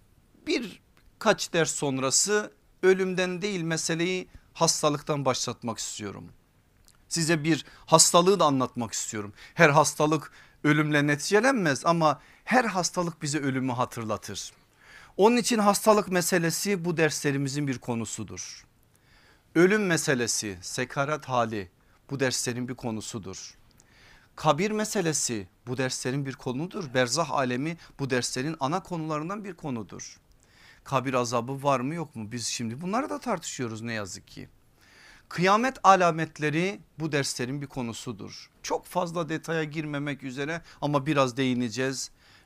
birkaç ders sonrası ölümden değil meseleyi hastalıktan başlatmak istiyorum. Size bir hastalığı da anlatmak istiyorum. Her hastalık ölümle neticelenmez ama her hastalık bize ölümü hatırlatır. Onun için hastalık meselesi bu derslerimizin bir konusudur. Ölüm meselesi, sekarat hali bu derslerin bir konusudur. Kabir meselesi bu derslerin bir konudur. Berzah alemi bu derslerin ana konularından bir konudur. Kabir azabı var mı yok mu? Biz şimdi bunları da tartışıyoruz ne yazık ki. Kıyamet alametleri bu derslerin bir konusudur. Çok fazla detaya girmemek üzere ama biraz değineceğiz.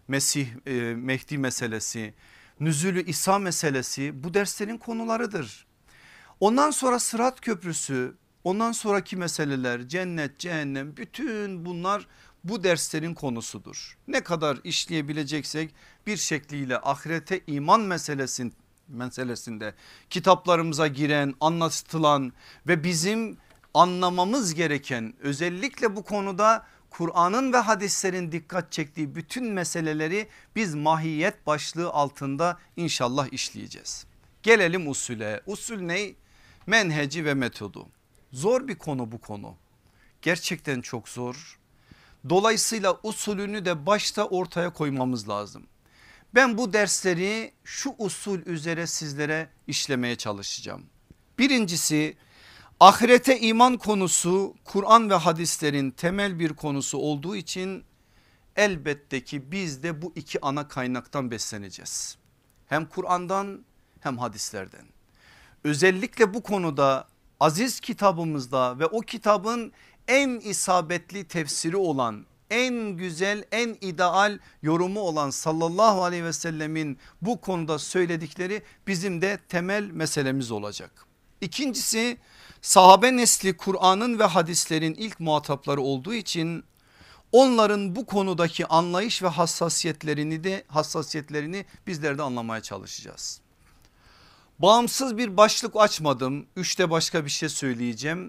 Mehdi meselesi, nüzulü İsa meselesi bu derslerin konularıdır. Ondan sonra Sırat Köprüsü, ondan sonraki meseleler, cennet, cehennem, bütün bunlar bu derslerin konusudur. Ne kadar işleyebileceksek bir şekliyle ahirete iman meselesini meselesinde kitaplarımıza giren, anlatılan ve bizim anlamamız gereken, özellikle bu konuda Kur'an'ın ve hadislerin dikkat çektiği bütün meseleleri biz mahiyet başlığı altında inşallah işleyeceğiz. Gelelim usule. Usul ne? Menheci ve metodu. Zor bir konu bu konu. Gerçekten çok zor. Dolayısıyla usulünü de başta ortaya koymamız lazım. Ben bu dersleri şu usul üzere sizlere işlemeye çalışacağım. Birincisi, ahirete iman konusu Kur'an ve hadislerin temel bir konusu olduğu için elbette ki biz de bu iki ana kaynaktan besleneceğiz. Hem Kur'an'dan hem hadislerden. Özellikle bu konuda aziz kitabımızda ve o kitabın en isabetli tefsiri olan, en güzel, en ideal yorumu olan sallallahu aleyhi ve sellemin bu konuda söyledikleri bizim de temel meselemiz olacak. İkincisi, sahabe nesli Kur'an'ın ve hadislerin ilk muhatapları olduğu için onların bu konudaki anlayış ve hassasiyetlerini bizler de anlamaya çalışacağız. Bağımsız bir başlık açmadım. Üçte başka bir şey söyleyeceğim.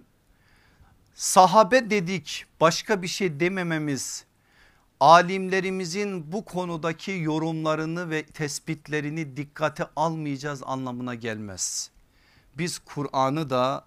Sahabe dedik, başka bir şey demememiz alimlerimizin bu konudaki yorumlarını ve tespitlerini dikkate almayacağız anlamına gelmez. Biz Kur'an'ı da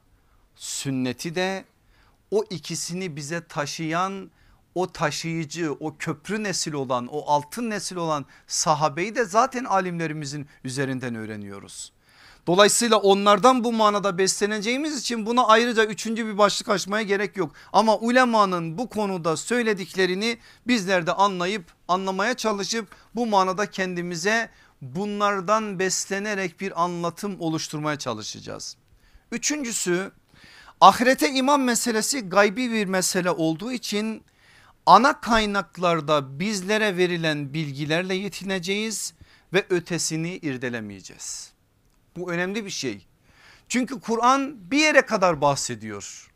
sünneti de, o ikisini bize taşıyan, o taşıyıcı, o köprü nesil olan, o altın nesil olan sahabeyi de zaten alimlerimizin üzerinden öğreniyoruz. Dolayısıyla onlardan bu manada besleneceğimiz için buna ayrıca üçüncü bir başlık açmaya gerek yok. Ama ulemanın bu konuda söylediklerini bizler de anlayıp anlamaya çalışıp bu manada kendimize bunlardan beslenerek bir anlatım oluşturmaya çalışacağız. Üçüncüsü, ahirete iman meselesi gaybi bir mesele olduğu için ana kaynaklarda bizlere verilen bilgilerle yetineceğiz ve ötesini irdelemeyeceğiz. Bu önemli bir şey. Çünkü Kur'an bir yere kadar bahsediyor.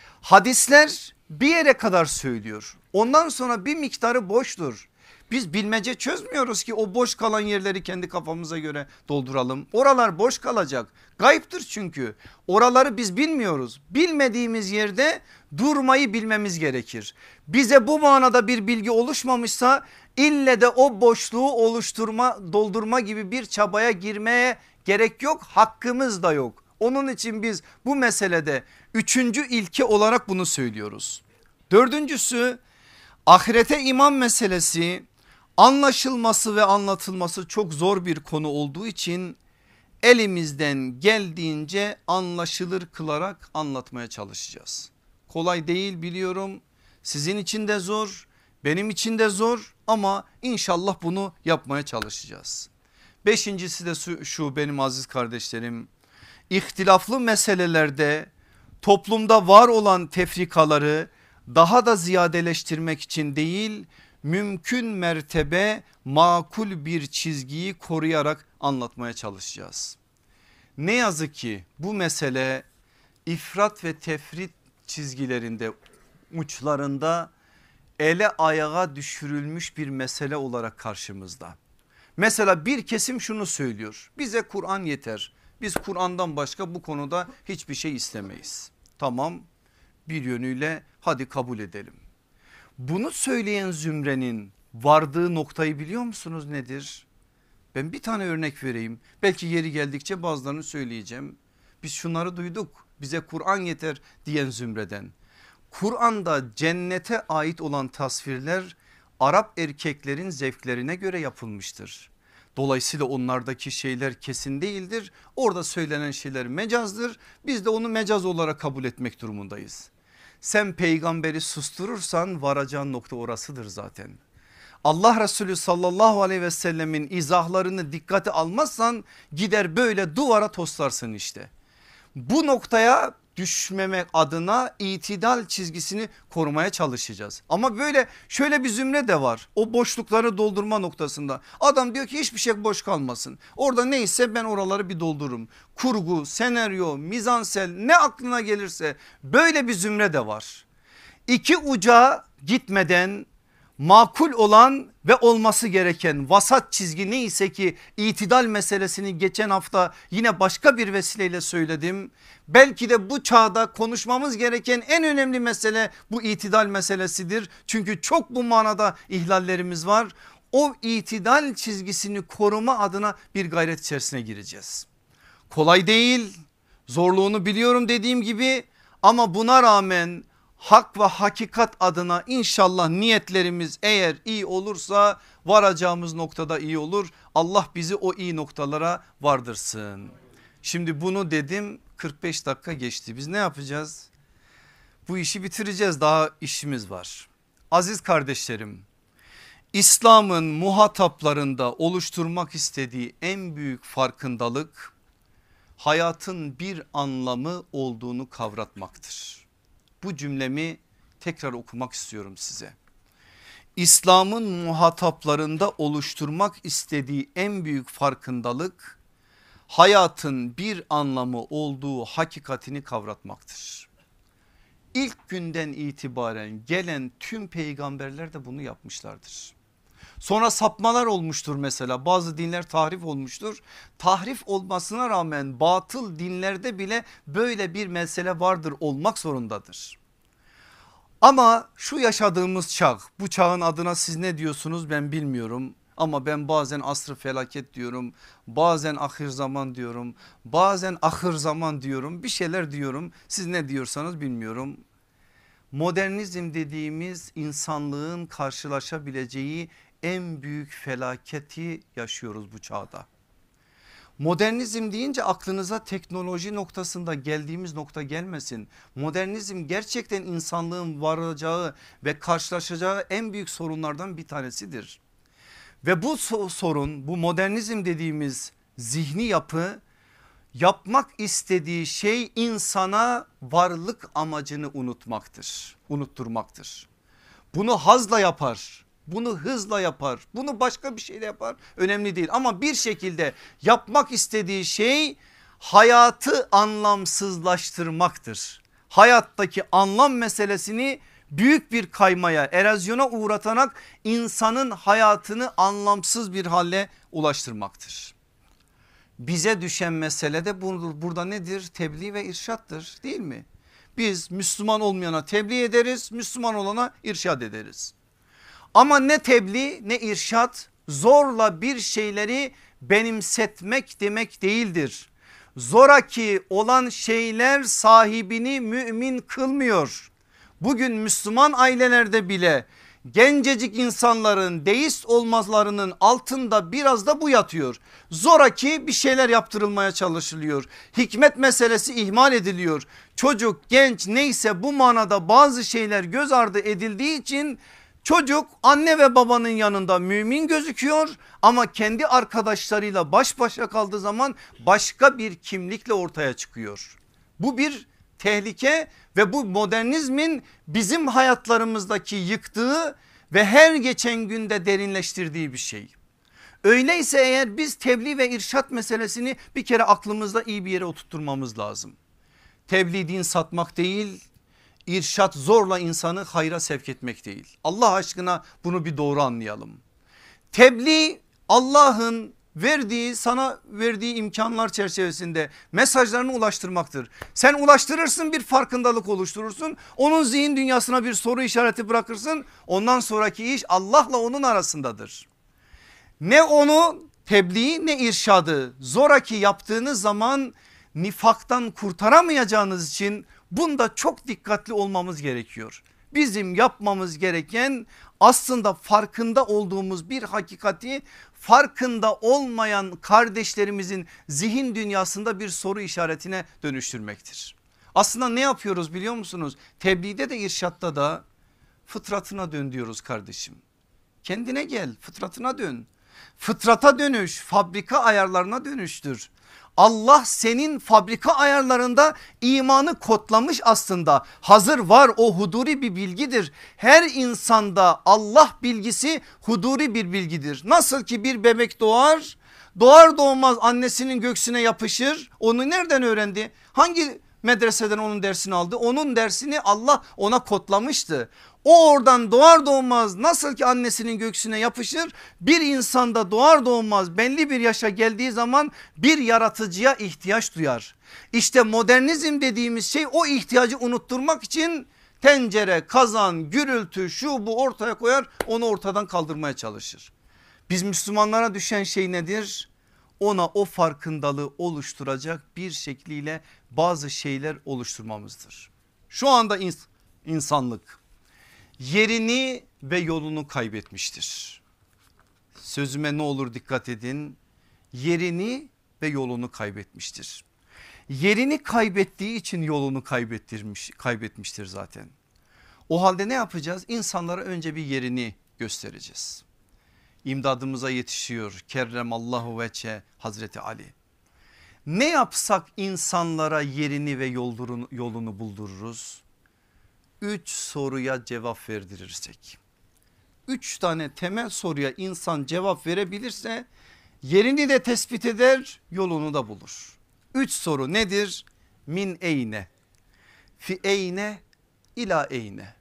Hadisler bir yere kadar söylüyor. Ondan sonra bir miktarı boştur. Biz bilmece çözmüyoruz ki o boş kalan yerleri kendi kafamıza göre dolduralım. Oralar boş kalacak. Gayiptir çünkü. Oraları biz bilmiyoruz. Bilmediğimiz yerde durmayı bilmemiz gerekir. Bize bu manada bir bilgi oluşmamışsa ille de o boşluğu doldurma gibi bir çabaya girmeye gerek yok. Hakkımız da yok. Onun için biz bu meselede üçüncü ilke olarak bunu söylüyoruz. Dördüncüsü, ahirete iman meselesi anlaşılması ve anlatılması çok zor bir konu olduğu için elimizden geldiğince anlaşılır kılarak anlatmaya çalışacağız. Kolay değil biliyorum, sizin için de zor, benim için de zor ama inşallah bunu yapmaya çalışacağız. Beşincisi de şu benim aziz kardeşlerim, ihtilaflı meselelerde toplumda var olan tefrikaları daha da ziyadeleştirmek için değil, mümkün mertebe makul bir çizgiyi koruyarak anlatmaya çalışacağız. Ne yazık ki bu mesele ifrat ve tefrit çizgilerinde, uçlarında ele ayağa düşürülmüş bir mesele olarak karşımızda. Mesela bir kesim şunu söylüyor: bize Kur'an yeter, biz Kur'an'dan başka bu konuda hiçbir şey istemeyiz. Tamam, bir yönüyle hadi kabul edelim. Bunu söyleyen zümrenin vardığı noktayı biliyor musunuz nedir? Ben bir tane örnek vereyim, belki yeri geldikçe bazılarını söyleyeceğim. Biz şunları duyduk, bize Kur'an yeter diyen zümreden. Kur'an'da cennete ait olan tasvirler Arap erkeklerin zevklerine göre yapılmıştır. Dolayısıyla onlardaki şeyler kesin değildir. Orada söylenen şeyler mecazdır. Biz de onu mecaz olarak kabul etmek durumundayız. Sen peygamberi susturursan varacağın nokta orasıdır zaten. Allah Resulü sallallahu aleyhi ve sellemin izahlarını dikkate almazsan gider böyle duvara toslarsın işte. Bu noktaya düşmemek adına itidal çizgisini korumaya çalışacağız. Ama böyle şöyle bir zümre de var, o boşlukları doldurma noktasında. Adam diyor ki hiçbir şey boş kalmasın. Orada neyse ben oraları bir doldururum. Kurgu, senaryo, mizansel ne aklına gelirse böyle bir zümre de var. İki uca gitmeden makul olan ve olması gereken vasat çizgi neyse ki itidal meselesini geçen hafta yine başka bir vesileyle söyledim. Belki de bu çağda konuşmamız gereken en önemli mesele bu itidal meselesidir. Çünkü çok bu manada ihlallerimiz var. O itidal çizgisini koruma adına bir gayret içerisine gireceğiz. Kolay değil, zorluğunu biliyorum dediğim gibi, ama buna rağmen hak ve hakikat adına inşallah niyetlerimiz eğer iyi olursa varacağımız noktada iyi olur. Allah bizi o iyi noktalara vardırsın. Şimdi bunu dedim, 45 dakika geçti. Biz ne yapacağız? Bu işi bitireceğiz, daha işimiz var. Aziz kardeşlerim, İslam'ın muhataplarında oluşturmak istediği en büyük farkındalık hayatın bir anlamı olduğunu kavratmaktır. Bu cümlemi tekrar okumak istiyorum size. İslam'ın muhataplarında oluşturmak istediği en büyük farkındalık hayatın bir anlamı olduğu hakikatini kavratmaktır. İlk günden itibaren gelen tüm peygamberler de bunu yapmışlardır. Sonra sapmalar olmuştur, mesela bazı dinler tahrif olmuştur. Tahrif olmasına rağmen batıl dinlerde bile böyle bir mesele vardır, olmak zorundadır. Ama şu yaşadığımız çağ, bu çağın adına siz ne diyorsunuz ben bilmiyorum. Ama ben bazen asr-ı felaket diyorum, bazen ahir zaman diyorum, bazen ahır zaman diyorum, bir şeyler diyorum. Siz ne diyorsanız bilmiyorum. Modernizm dediğimiz insanlığın karşılaşabileceği en büyük felaketi yaşıyoruz bu çağda. Modernizm deyince aklınıza teknoloji noktasında geldiğimiz nokta gelmesin. Modernizm gerçekten insanlığın varacağı ve karşılaşacağı en büyük sorunlardan bir tanesidir. Ve bu sorun, bu modernizm dediğimiz zihni yapı yapmak istediği şey insana varlık amacını unutturmaktır. Bunu hazla yapar, bunu hızla yapar, bunu başka bir şeyle yapar, önemli değil. Ama bir şekilde yapmak istediği şey hayatı anlamsızlaştırmaktır. Hayattaki anlam meselesini büyük bir kaymaya, erozyona uğratarak insanın hayatını anlamsız bir hale ulaştırmaktır. Bize düşen mesele de burada nedir? Tebliğ ve irşattır, değil mi? Biz Müslüman olmayana tebliğ ederiz, Müslüman olana irşad ederiz. Ama ne tebliğ ne irşat zorla bir şeyleri benimsetmek demek değildir. Zoraki olan şeyler sahibini mümin kılmıyor. Bugün Müslüman ailelerde bile gencecik insanların deist olmalarının altında biraz da bu yatıyor. Zoraki bir şeyler yaptırılmaya çalışılıyor. Hikmet meselesi ihmal ediliyor. Çocuk, genç neyse bu manada bazı şeyler göz ardı edildiği için çocuk anne ve babanın yanında mümin gözüküyor ama kendi arkadaşlarıyla baş başa kaldığı zaman başka bir kimlikle ortaya çıkıyor. Bu bir tehlike ve bu modernizmin bizim hayatlarımızdaki yıktığı ve her geçen günde derinleştirdiği bir şey. Öyleyse eğer biz tebliğ ve irşat meselesini bir kere aklımızda iyi bir yere oturtmamız lazım. Tebliğ din satmak değil, irşat zorla insanı hayra sevk etmek değil. Allah aşkına bunu bir doğru anlayalım. Tebliğ Allah'ın sana verdiği imkanlar çerçevesinde mesajlarını ulaştırmaktır. Sen ulaştırırsın, bir farkındalık oluşturursun. Onun zihin dünyasına bir soru işareti bırakırsın. Ondan sonraki iş Allah'la onun arasındadır. Ne onu tebliği ne irşadı zoraki yaptığınız zaman nifaktan kurtaramayacağınız için bunda çok dikkatli olmamız gerekiyor. Bizim yapmamız gereken aslında farkında olduğumuz bir hakikati farkında olmayan kardeşlerimizin zihin dünyasında bir soru işaretine dönüştürmektir. Aslında ne yapıyoruz biliyor musunuz? Tebliğde de irşatta da fıtratına dön diyoruz kardeşim. Kendine gel, fıtratına dön. Fıtrata dönüş fabrika ayarlarına dönüştür. Allah senin fabrika ayarlarında imanı kodlamış, aslında hazır var, o huduri bir bilgidir. Her insanda Allah bilgisi huduri bir bilgidir. Nasıl ki bir bebek doğar doğmaz annesinin göğsüne yapışır, onu nereden öğrendi? Hangi medreseden onun dersini aldı. Onun dersini Allah ona kodlamıştı. O oradan doğar doğmaz nasıl ki annesinin göğsüne yapışır, bir insanda doğar doğmaz belli bir yaşa geldiği zaman bir yaratıcıya ihtiyaç duyar. İşte modernizm dediğimiz şey o ihtiyacı unutturmak için tencere, kazan, gürültü, şu bu ortaya koyar, onu ortadan kaldırmaya çalışır. Biz Müslümanlara düşen şey nedir? Ona o farkındalığı oluşturacak bir şekliyle bazı şeyler oluşturmamızdır. Şu anda insanlık yerini ve yolunu kaybetmiştir. Sözüme ne olur dikkat edin. Yerini ve yolunu kaybetmiştir. Yerini kaybettiği için yolunu kaybetmiştir zaten. O halde ne yapacağız? İnsanlara önce bir yerini göstereceğiz. İmdadımıza yetişiyor kerremallahu veçhe Hazreti Ali. Ne yapsak insanlara yerini ve yolunu buldururuz? 3 soruya cevap verdirirsek. 3 tane temel soruya insan cevap verebilirse yerini de tespit eder, yolunu da bulur. 3 soru nedir? Min eyne, fi eyne, ila eyne.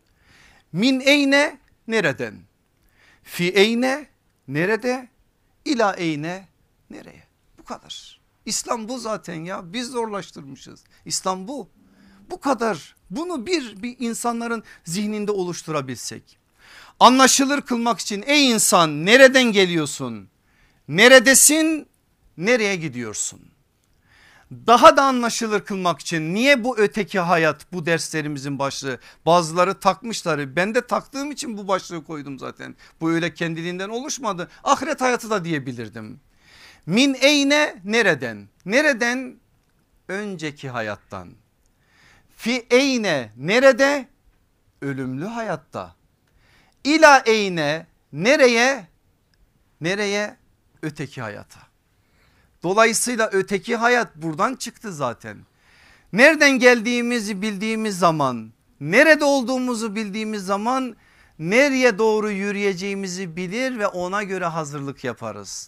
Min eyne nereden? Fi eyne nerede? İla eyne nereye? Bu kadar. İslam bu zaten ya, biz zorlaştırmışız. İslam bu. Bu kadar. Bunu bir insanların zihninde oluşturabilsek. Anlaşılır kılmak için ey insan nereden geliyorsun? Neredesin? Nereye gidiyorsun? Daha da anlaşılır kılmak için niye bu öteki hayat bu derslerimizin başlığı? Bazıları takmışlar, ben de taktığım için bu başlığı koydum zaten. Bu öyle kendiliğinden oluşmadı. Ahiret hayatı da diyebilirdim. Min eyne nereden? Nereden? Önceki hayattan. Fi eyne nerede? Ölümlü hayatta. İla eyne nereye? Nereye? Öteki hayata. Dolayısıyla öteki hayat buradan çıktı zaten. Nereden geldiğimizi bildiğimiz zaman, nerede olduğumuzu bildiğimiz zaman nereye doğru yürüyeceğimizi bilir ve ona göre hazırlık yaparız.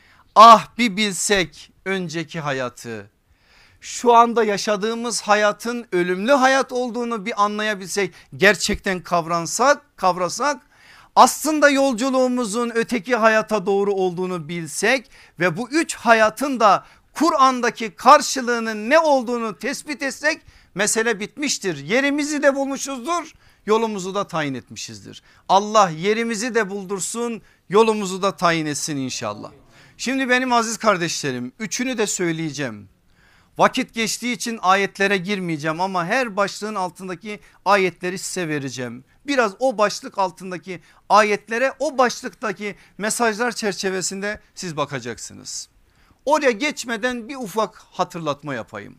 Ah bir bilsek önceki hayatı, şu anda yaşadığımız hayatın ölümlü hayat olduğunu bir anlayabilsek, gerçekten kavrasak aslında yolculuğumuzun öteki hayata doğru olduğunu bilsek ve bu 3 hayatın da Kur'an'daki karşılığının ne olduğunu tespit etsek mesele bitmiştir. Yerimizi de bulmuşuzdur, yolumuzu da tayin etmişizdir. Allah yerimizi de buldursun, yolumuzu da tayin etsin inşallah. Şimdi benim aziz kardeşlerim, üçünü de söyleyeceğim. Vakit geçtiği için ayetlere girmeyeceğim ama her başlığın altındaki ayetleri size vereceğim. Biraz o başlık altındaki ayetlere, o başlıktaki mesajlar çerçevesinde siz bakacaksınız. Oraya geçmeden bir ufak hatırlatma yapayım.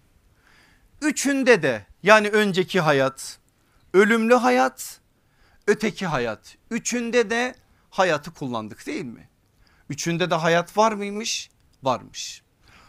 Üçünde de, yani önceki hayat, ölümlü hayat, öteki hayat, üçünde de hayatı kullandık değil mi? Üçünde de hayat var mıymış? Varmış.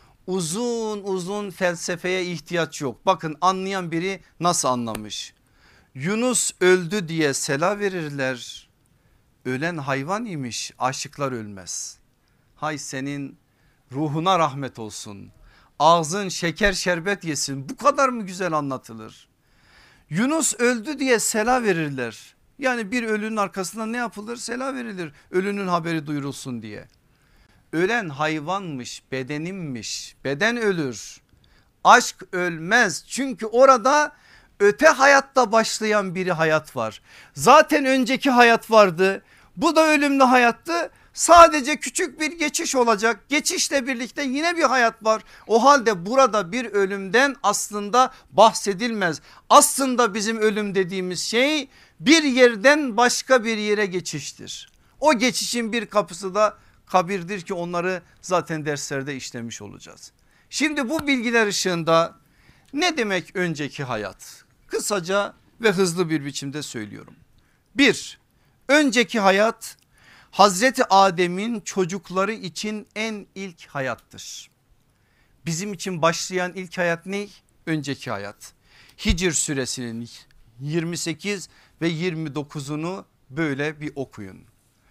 Uzun uzun felsefeye ihtiyaç yok. Bakın anlayan biri nasıl anlamış? Yunus öldü diye sela verirler. Ölen hayvan imiş, aşıklar ölmez. Hay senin ruhuna rahmet olsun. Ağzın şeker şerbet yesin. Bu kadar mı güzel anlatılır? Yunus öldü diye sela verirler. Yani bir ölünün arkasından ne yapılır? Sela verilir. Ölünün haberi duyurulsun diye. Ölen hayvanmış, bedenimmiş. Beden ölür. Aşk ölmez. Çünkü orada öte hayatta başlayan bir hayat var. Zaten önceki hayat vardı. Bu da ölümlü hayattı. Sadece küçük bir geçiş olacak. Geçişle birlikte yine bir hayat var. O halde burada bir ölümden aslında bahsedilmez. Aslında bizim ölüm dediğimiz şey bir yerden başka bir yere geçiştir. O geçişin bir kapısı da kabirdir ki onları zaten derslerde işlemiş olacağız. Şimdi bu bilgiler ışığında ne demek önceki hayat? Kısaca ve hızlı bir biçimde söylüyorum. 1. Önceki hayat Hazreti Adem'in çocukları için en ilk hayattır. Bizim için başlayan ilk hayat ne? Önceki hayat. Hicr suresinin 28 ve 29'unu böyle bir okuyun.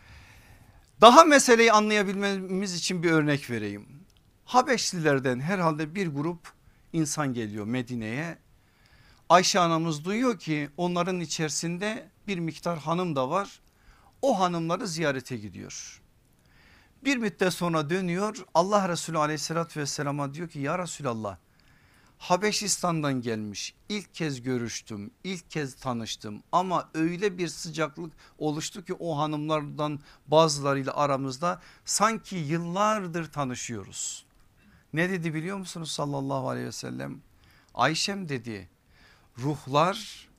Daha meseleyi anlayabilmemiz için bir örnek vereyim. Habeşlilerden herhalde bir grup insan geliyor Medine'ye. Ayşe anamız duyuyor ki onların içerisinde bir miktar hanım da var. O hanımları ziyarete gidiyor. Bir müddet sonra dönüyor, Allah Resulü aleyhissalatü vesselama diyor ki ya Resulallah, Habeşistan'dan gelmiş, ilk kez görüştüm, ilk kez tanıştım ama öyle bir sıcaklık oluştu ki o hanımlardan bazılarıyla aramızda sanki yıllardır tanışıyoruz. Ne dedi biliyor musunuz sallallahu aleyhi ve sellem? Ayşem dedi, ruhlar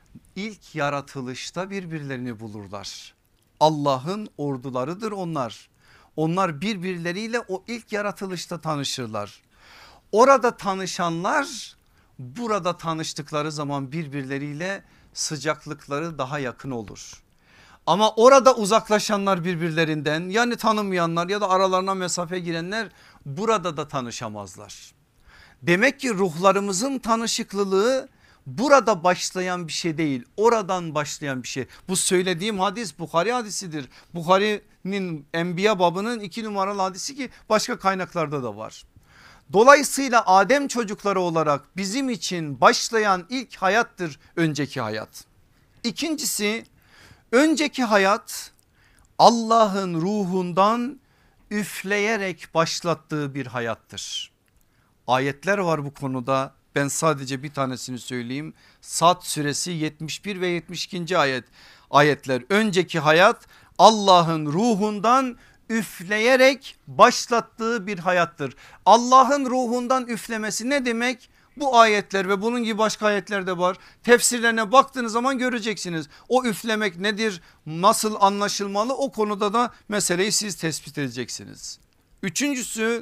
ilk yaratılışta birbirlerini bulurlar. Allah'ın ordularıdır onlar. Onlar birbirleriyle o ilk yaratılışta tanışırlar. Orada tanışanlar burada tanıştıkları zaman birbirleriyle sıcaklıkları daha yakın olur. Ama orada uzaklaşanlar birbirlerinden, yani tanımayanlar ya da aralarına mesafe girenler burada da tanışamazlar. Demek ki ruhlarımızın tanışıklılığı burada başlayan bir şey değil, oradan başlayan bir şey. Bu söylediğim hadis Bukhari hadisidir. Bukhari'nin Enbiya babının 2 numaralı hadisi ki başka kaynaklarda da var. Dolayısıyla Adem çocukları olarak bizim için başlayan ilk hayattır önceki hayat. İkincisi, önceki hayat Allah'ın ruhundan üfleyerek başlattığı bir hayattır. Ayetler var bu konuda, ben sadece bir tanesini söyleyeyim. Sad suresi 71 ve 72. ayetler. Önceki hayat Allah'ın ruhundan üfleyerek başlattığı bir hayattır. Allah'ın ruhundan üflemesi ne demek? Bu ayetler ve bunun gibi başka ayetler de var. Tefsirlerine baktığınız zaman göreceksiniz. O üflemek nedir? Nasıl anlaşılmalı? O konuda da meseleyi siz tespit edeceksiniz. Üçüncüsü,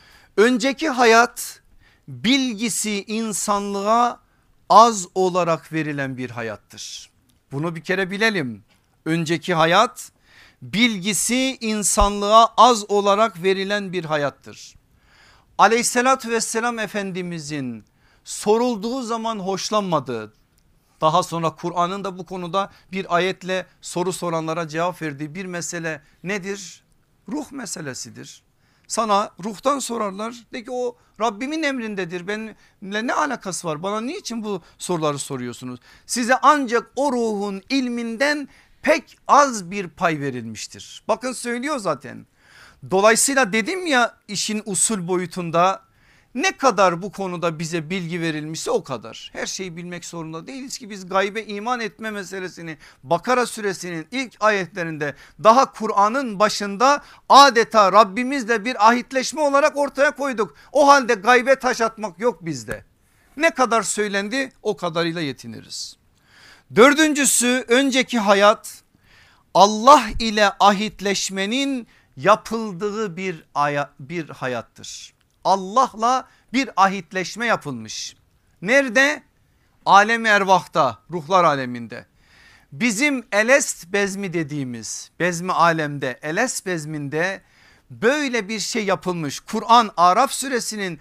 önceki hayat bilgisi insanlığa az olarak verilen bir hayattır. Bunu bir kere bilelim. Önceki hayat bilgisi insanlığa az olarak verilen bir hayattır. Aleyhissalatü vesselam Efendimizin sorulduğu zaman hoşlanmadığı, daha sonra Kur'an'ın da bu konuda bir ayetle soru soranlara cevap verdiği bir mesele nedir? Ruh meselesidir. Sana ruhtan sorarlar, de ki o Rabbimin emrindedir, benimle ne alakası var, bana niçin bu soruları soruyorsunuz? Size ancak o ruhun ilminden pek az bir pay verilmiştir. Bakın söylüyor zaten. Dolayısıyla dedim ya, işin usul boyutunda ne kadar bu konuda bize bilgi verilmişse o kadar. Her şeyi bilmek zorunda değiliz ki. Biz gaybe iman etme meselesini Bakara suresinin ilk ayetlerinde, daha Kur'an'ın başında adeta Rabbimizle bir ahitleşme olarak ortaya koyduk. O halde gaybe taş atmak yok bizde. Ne kadar söylendi o kadarıyla yetiniriz. Dördüncüsü, önceki hayat Allah ile ahitleşmenin yapıldığı bir hayattır. Allah'la bir ahitleşme yapılmış. Nerede? Alem-i ervahta, ruhlar aleminde. Bizim elest bezmi dediğimiz bezmi alemde, elest bezminde böyle bir şey yapılmış. Kur'an Araf suresinin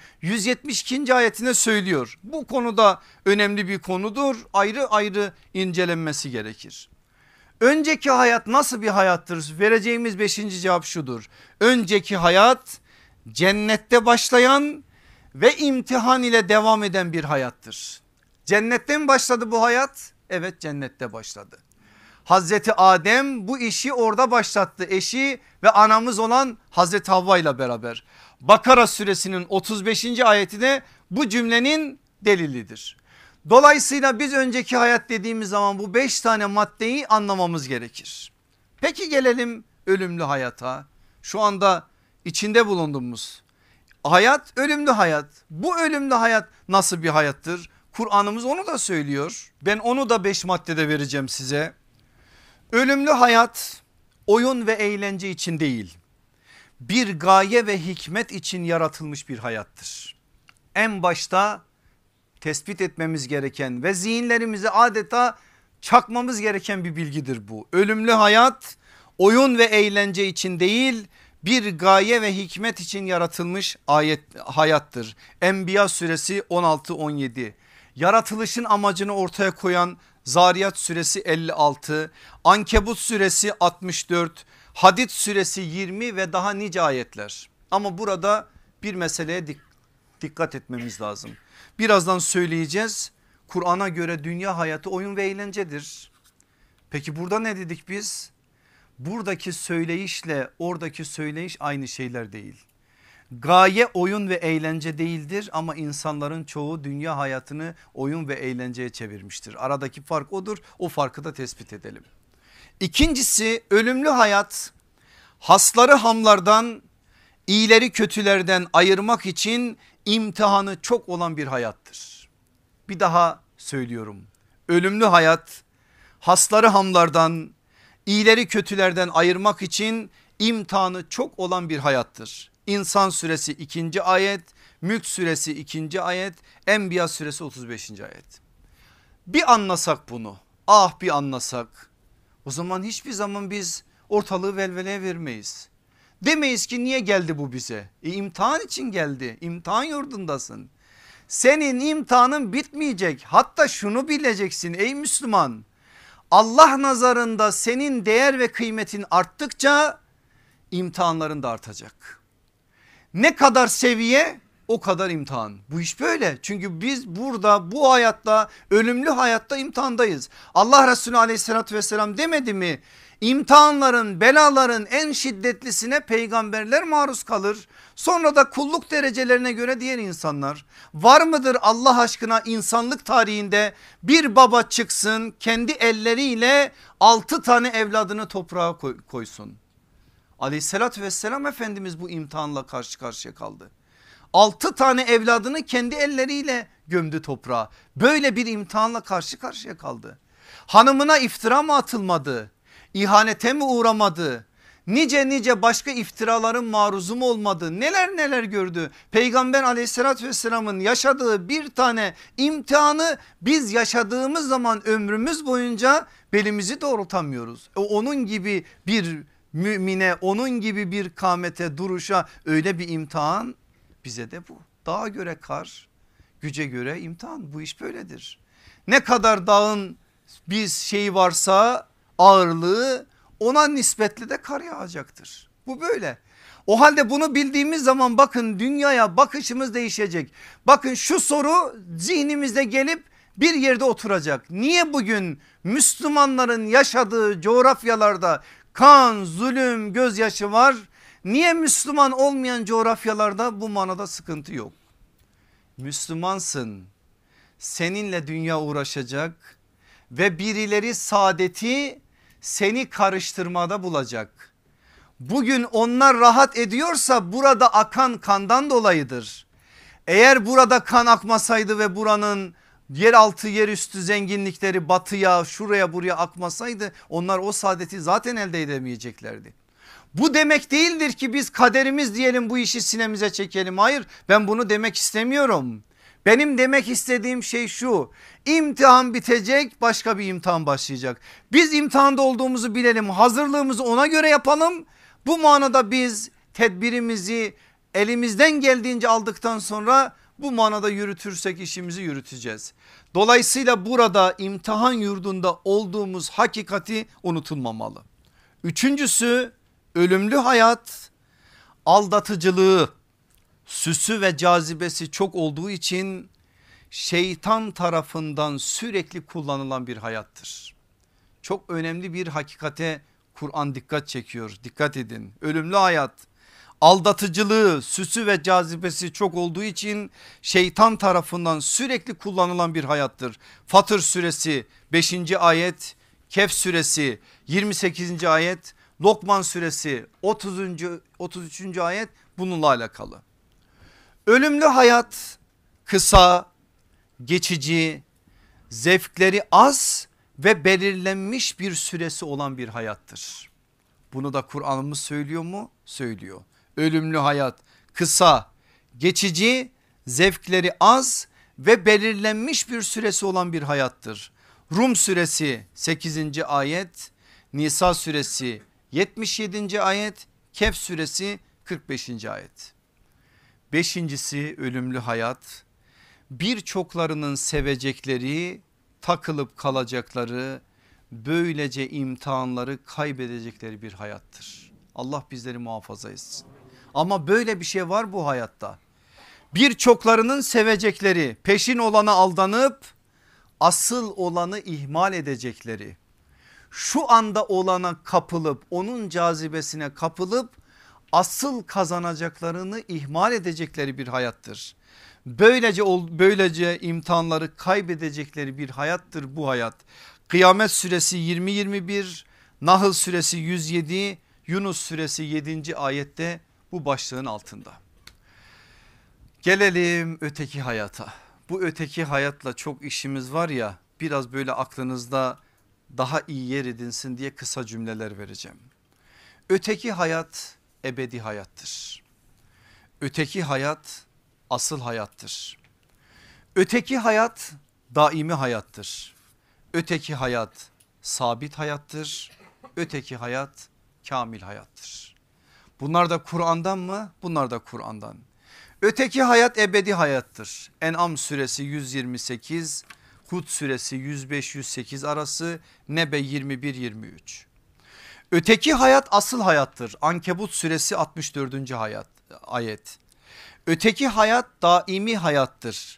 172. ayetine söylüyor. Bu konuda önemli bir konudur. Ayrı ayrı incelenmesi gerekir. Önceki hayat nasıl bir hayattır? Vereceğimiz 5. cevap şudur. Önceki hayat cennette başlayan ve imtihan ile devam eden bir hayattır. Cennette mi başladı bu hayat? Evet, cennette başladı. Hazreti Adem bu işi orada başlattı, eşi ve anamız olan Hazreti Havva ile beraber. Bakara suresinin 35. ayeti de bu cümlenin delilidir. Dolayısıyla biz önceki hayat dediğimiz zaman bu 5 tane maddeyi anlamamız gerekir. Peki gelelim ölümlü hayata. Şu anda içinde bulunduğumuz hayat ölümlü hayat. Bu ölümlü hayat nasıl bir hayattır? Kur'an'ımız onu da söylüyor. Ben onu da 5 maddede vereceğim size. Ölümlü hayat oyun ve eğlence için değil, bir gaye ve hikmet için yaratılmış bir hayattır. En başta tespit etmemiz gereken ve zihinlerimizi adeta çakmamız gereken bir bilgidir bu. Ölümlü hayat oyun ve eğlence için değil, bir gaye ve hikmet için yaratılmış hayattır. Enbiya suresi 16-17, yaratılışın amacını ortaya koyan Zariyat suresi 56, Ankebut suresi 64, Hadid suresi 20 ve daha nice ayetler. Ama burada bir meseleye dikkat etmemiz lazım. Birazdan söyleyeceğiz. Kur'an'a göre dünya hayatı oyun ve eğlencedir. Peki burada ne dedik biz? Buradaki söyleyişle oradaki söyleyiş aynı şeyler değil. Gaye oyun ve eğlence değildir ama insanların çoğu dünya hayatını oyun ve eğlenceye çevirmiştir. Aradaki fark odur, o farkı da tespit edelim. İkincisi, ölümlü hayat hasları hamlardan, iyileri kötülerden ayırmak için imtihanı çok olan bir hayattır. Bir daha söylüyorum. Ölümlü hayat hasları hamlardan, iyileri kötülerden ayırmak için imtihanı çok olan bir hayattır. İnsan suresi 2. ayet, Mülk suresi 2. ayet, Enbiya suresi 35. ayet. Bir anlasak bunu, bir anlasak, o zaman hiçbir zaman biz ortalığı velveleye vermeyiz. Demeyiz ki niye geldi bu bize? İmtihan için geldi, imtihan yurdundasın. Senin imtihanın bitmeyecek. Hatta şunu bileceksin ey Müslüman, Allah nazarında senin değer ve kıymetin arttıkça imtihanların da artacak. Ne kadar seviye o kadar imtihan. Bu iş böyle. Çünkü biz burada bu hayatta, ölümlü hayatta imtihandayız. Allah Resulü aleyhissalatü vesselam demedi mi? İmtihanların, belaların en şiddetlisine peygamberler maruz kalır. Sonra da kulluk derecelerine göre diğer insanlar. Var mıdır Allah aşkına insanlık tarihinde bir baba çıksın kendi elleriyle 6 tane evladını toprağa koysun? Aleyhissalatü vesselam Efendimiz bu imtihanla karşı karşıya kaldı. 6 tane evladını kendi elleriyle gömdü toprağa. Böyle bir imtihanla karşı karşıya kaldı. Hanımına iftira mı atılmadı? İhanete mi uğramadı? Nice başka iftiraların maruzu mu olmadı? Neler neler gördü. Peygamber aleyhissalatü vesselamın yaşadığı bir tane imtihanı biz yaşadığımız zaman ömrümüz boyunca belimizi doğrultamıyoruz. Onun gibi bir mümine, onun gibi bir kâmete, duruşa öyle bir imtihan bize de bu. Dağa göre kar, güce göre imtihan, bu iş böyledir. Ne kadar dağın bir şeyi varsa ağırlığı, ona nispetle de kar yağacaktır. Bu böyle. O halde bunu bildiğimiz zaman bakın dünyaya bakışımız değişecek. Bakın şu soru zihnimizde gelip bir yerde oturacak. Niye bugün Müslümanların yaşadığı coğrafyalarda kan, zulüm, gözyaşı var? Niye Müslüman olmayan coğrafyalarda bu manada sıkıntı yok? Müslümansın, seninle dünya uğraşacak ve birileri saadeti seni karıştırmada bulacak. Bugün onlar rahat ediyorsa burada akan kandan dolayıdır. Eğer burada kan akmasaydı ve buranın yeraltı yerüstü zenginlikleri batıya şuraya buraya akmasaydı onlar o saadeti zaten elde edemeyeceklerdi. Bu demek değildir ki biz kaderimiz diyelim bu işi sinemize çekelim. Hayır, ben bunu demek istemiyorum. Benim demek istediğim şey şu: imtihan bitecek, başka bir imtihan başlayacak. Biz imtihanda olduğumuzu bilelim, hazırlığımızı ona göre yapalım. Bu manada biz tedbirimizi elimizden geldiğince aldıktan sonra bu manada yürütürsek işimizi yürüteceğiz. Dolayısıyla burada imtihan yurdunda olduğumuz hakikati unutulmamalı. Üçüncüsü, ölümlü hayat aldatıcılığı, süsü ve cazibesi çok olduğu için şeytan tarafından sürekli kullanılan bir hayattır. Çok önemli bir hakikate Kur'an dikkat çekiyor. Dikkat edin. Ölümlü hayat aldatıcılığı, süsü ve cazibesi çok olduğu için şeytan tarafından sürekli kullanılan bir hayattır. Fatır suresi 5. ayet, Kehf suresi 28. ayet, Lokman suresi 33. ayet bununla alakalı. Ölümlü hayat kısa, geçici, zevkleri az ve belirlenmiş bir süresi olan bir hayattır. Bunu da Kur'an'ımız söylüyor mu? Söylüyor. Ölümlü hayat kısa, geçici, zevkleri az ve belirlenmiş bir süresi olan bir hayattır. Rum suresi 8. ayet, Nisa suresi 77. ayet, Kehf suresi 45. ayet. Beşincisi ölümlü hayat, birçoklarının sevecekleri, takılıp kalacakları, böylece imtihanları kaybedecekleri bir hayattır. Allah bizleri muhafaza etsin. Ama böyle bir şey var bu hayatta. Birçoklarının sevecekleri, peşin olana aldanıp asıl olanı ihmal edecekleri, şu anda olana kapılıp onun cazibesine kapılıp asıl kazanacaklarını ihmal edecekleri bir hayattır. Böylece imtihanları kaybedecekleri bir hayattır bu hayat. Kıyamet suresi 20-21, Nahl suresi 107, Yunus suresi 7. ayette bu başlığın altında. Gelelim öteki hayata. Bu öteki hayatla çok işimiz var ya, biraz böyle aklınızda daha iyi yer edinsin diye kısa cümleler vereceğim. Öteki hayat ebedi hayattır. Öteki hayat asıl hayattır. Öteki hayat daimi hayattır. Öteki hayat sabit hayattır. Öteki hayat kamil hayattır. Bunlar da Kur'an'dan mı? Bunlar da Kur'an'dan. Öteki hayat ebedi hayattır. En'am suresi 128, Hud suresi 105-108 arası, Nebe 21-23. Öteki hayat asıl hayattır. Ankebut suresi 64. ayet. Öteki hayat daimi hayattır.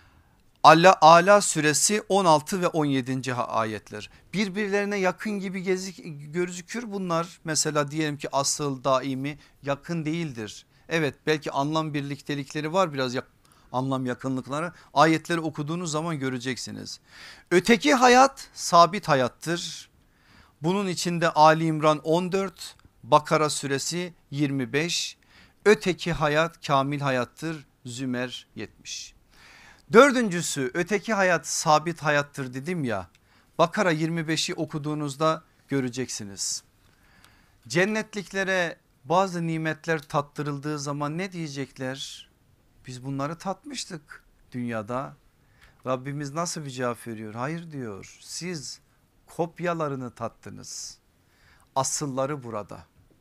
Ala suresi 16 ve 17. ayetler. Birbirlerine yakın gibi gözükür bunlar. Mesela diyelim ki asıl daimi yakın değildir. Evet, belki anlam birliktelikleri var, biraz anlam yakınlıkları. Ayetleri okuduğunuz zaman göreceksiniz. Öteki hayat sabit hayattır. Bunun içinde Ali İmran 14, Bakara suresi 25. Öteki hayat kamil hayattır. Zümer 70. Dördüncüsü öteki hayat sabit hayattır dedim ya. Bakara 25'i okuduğunuzda göreceksiniz. Cennetliklere bazı nimetler tattırıldığı zaman ne diyecekler? Biz bunları tatmıştık dünyada. Rabbimiz nasıl bir cevap veriyor? Hayır diyor, siz kopyalarını tattınız. Asılları burada.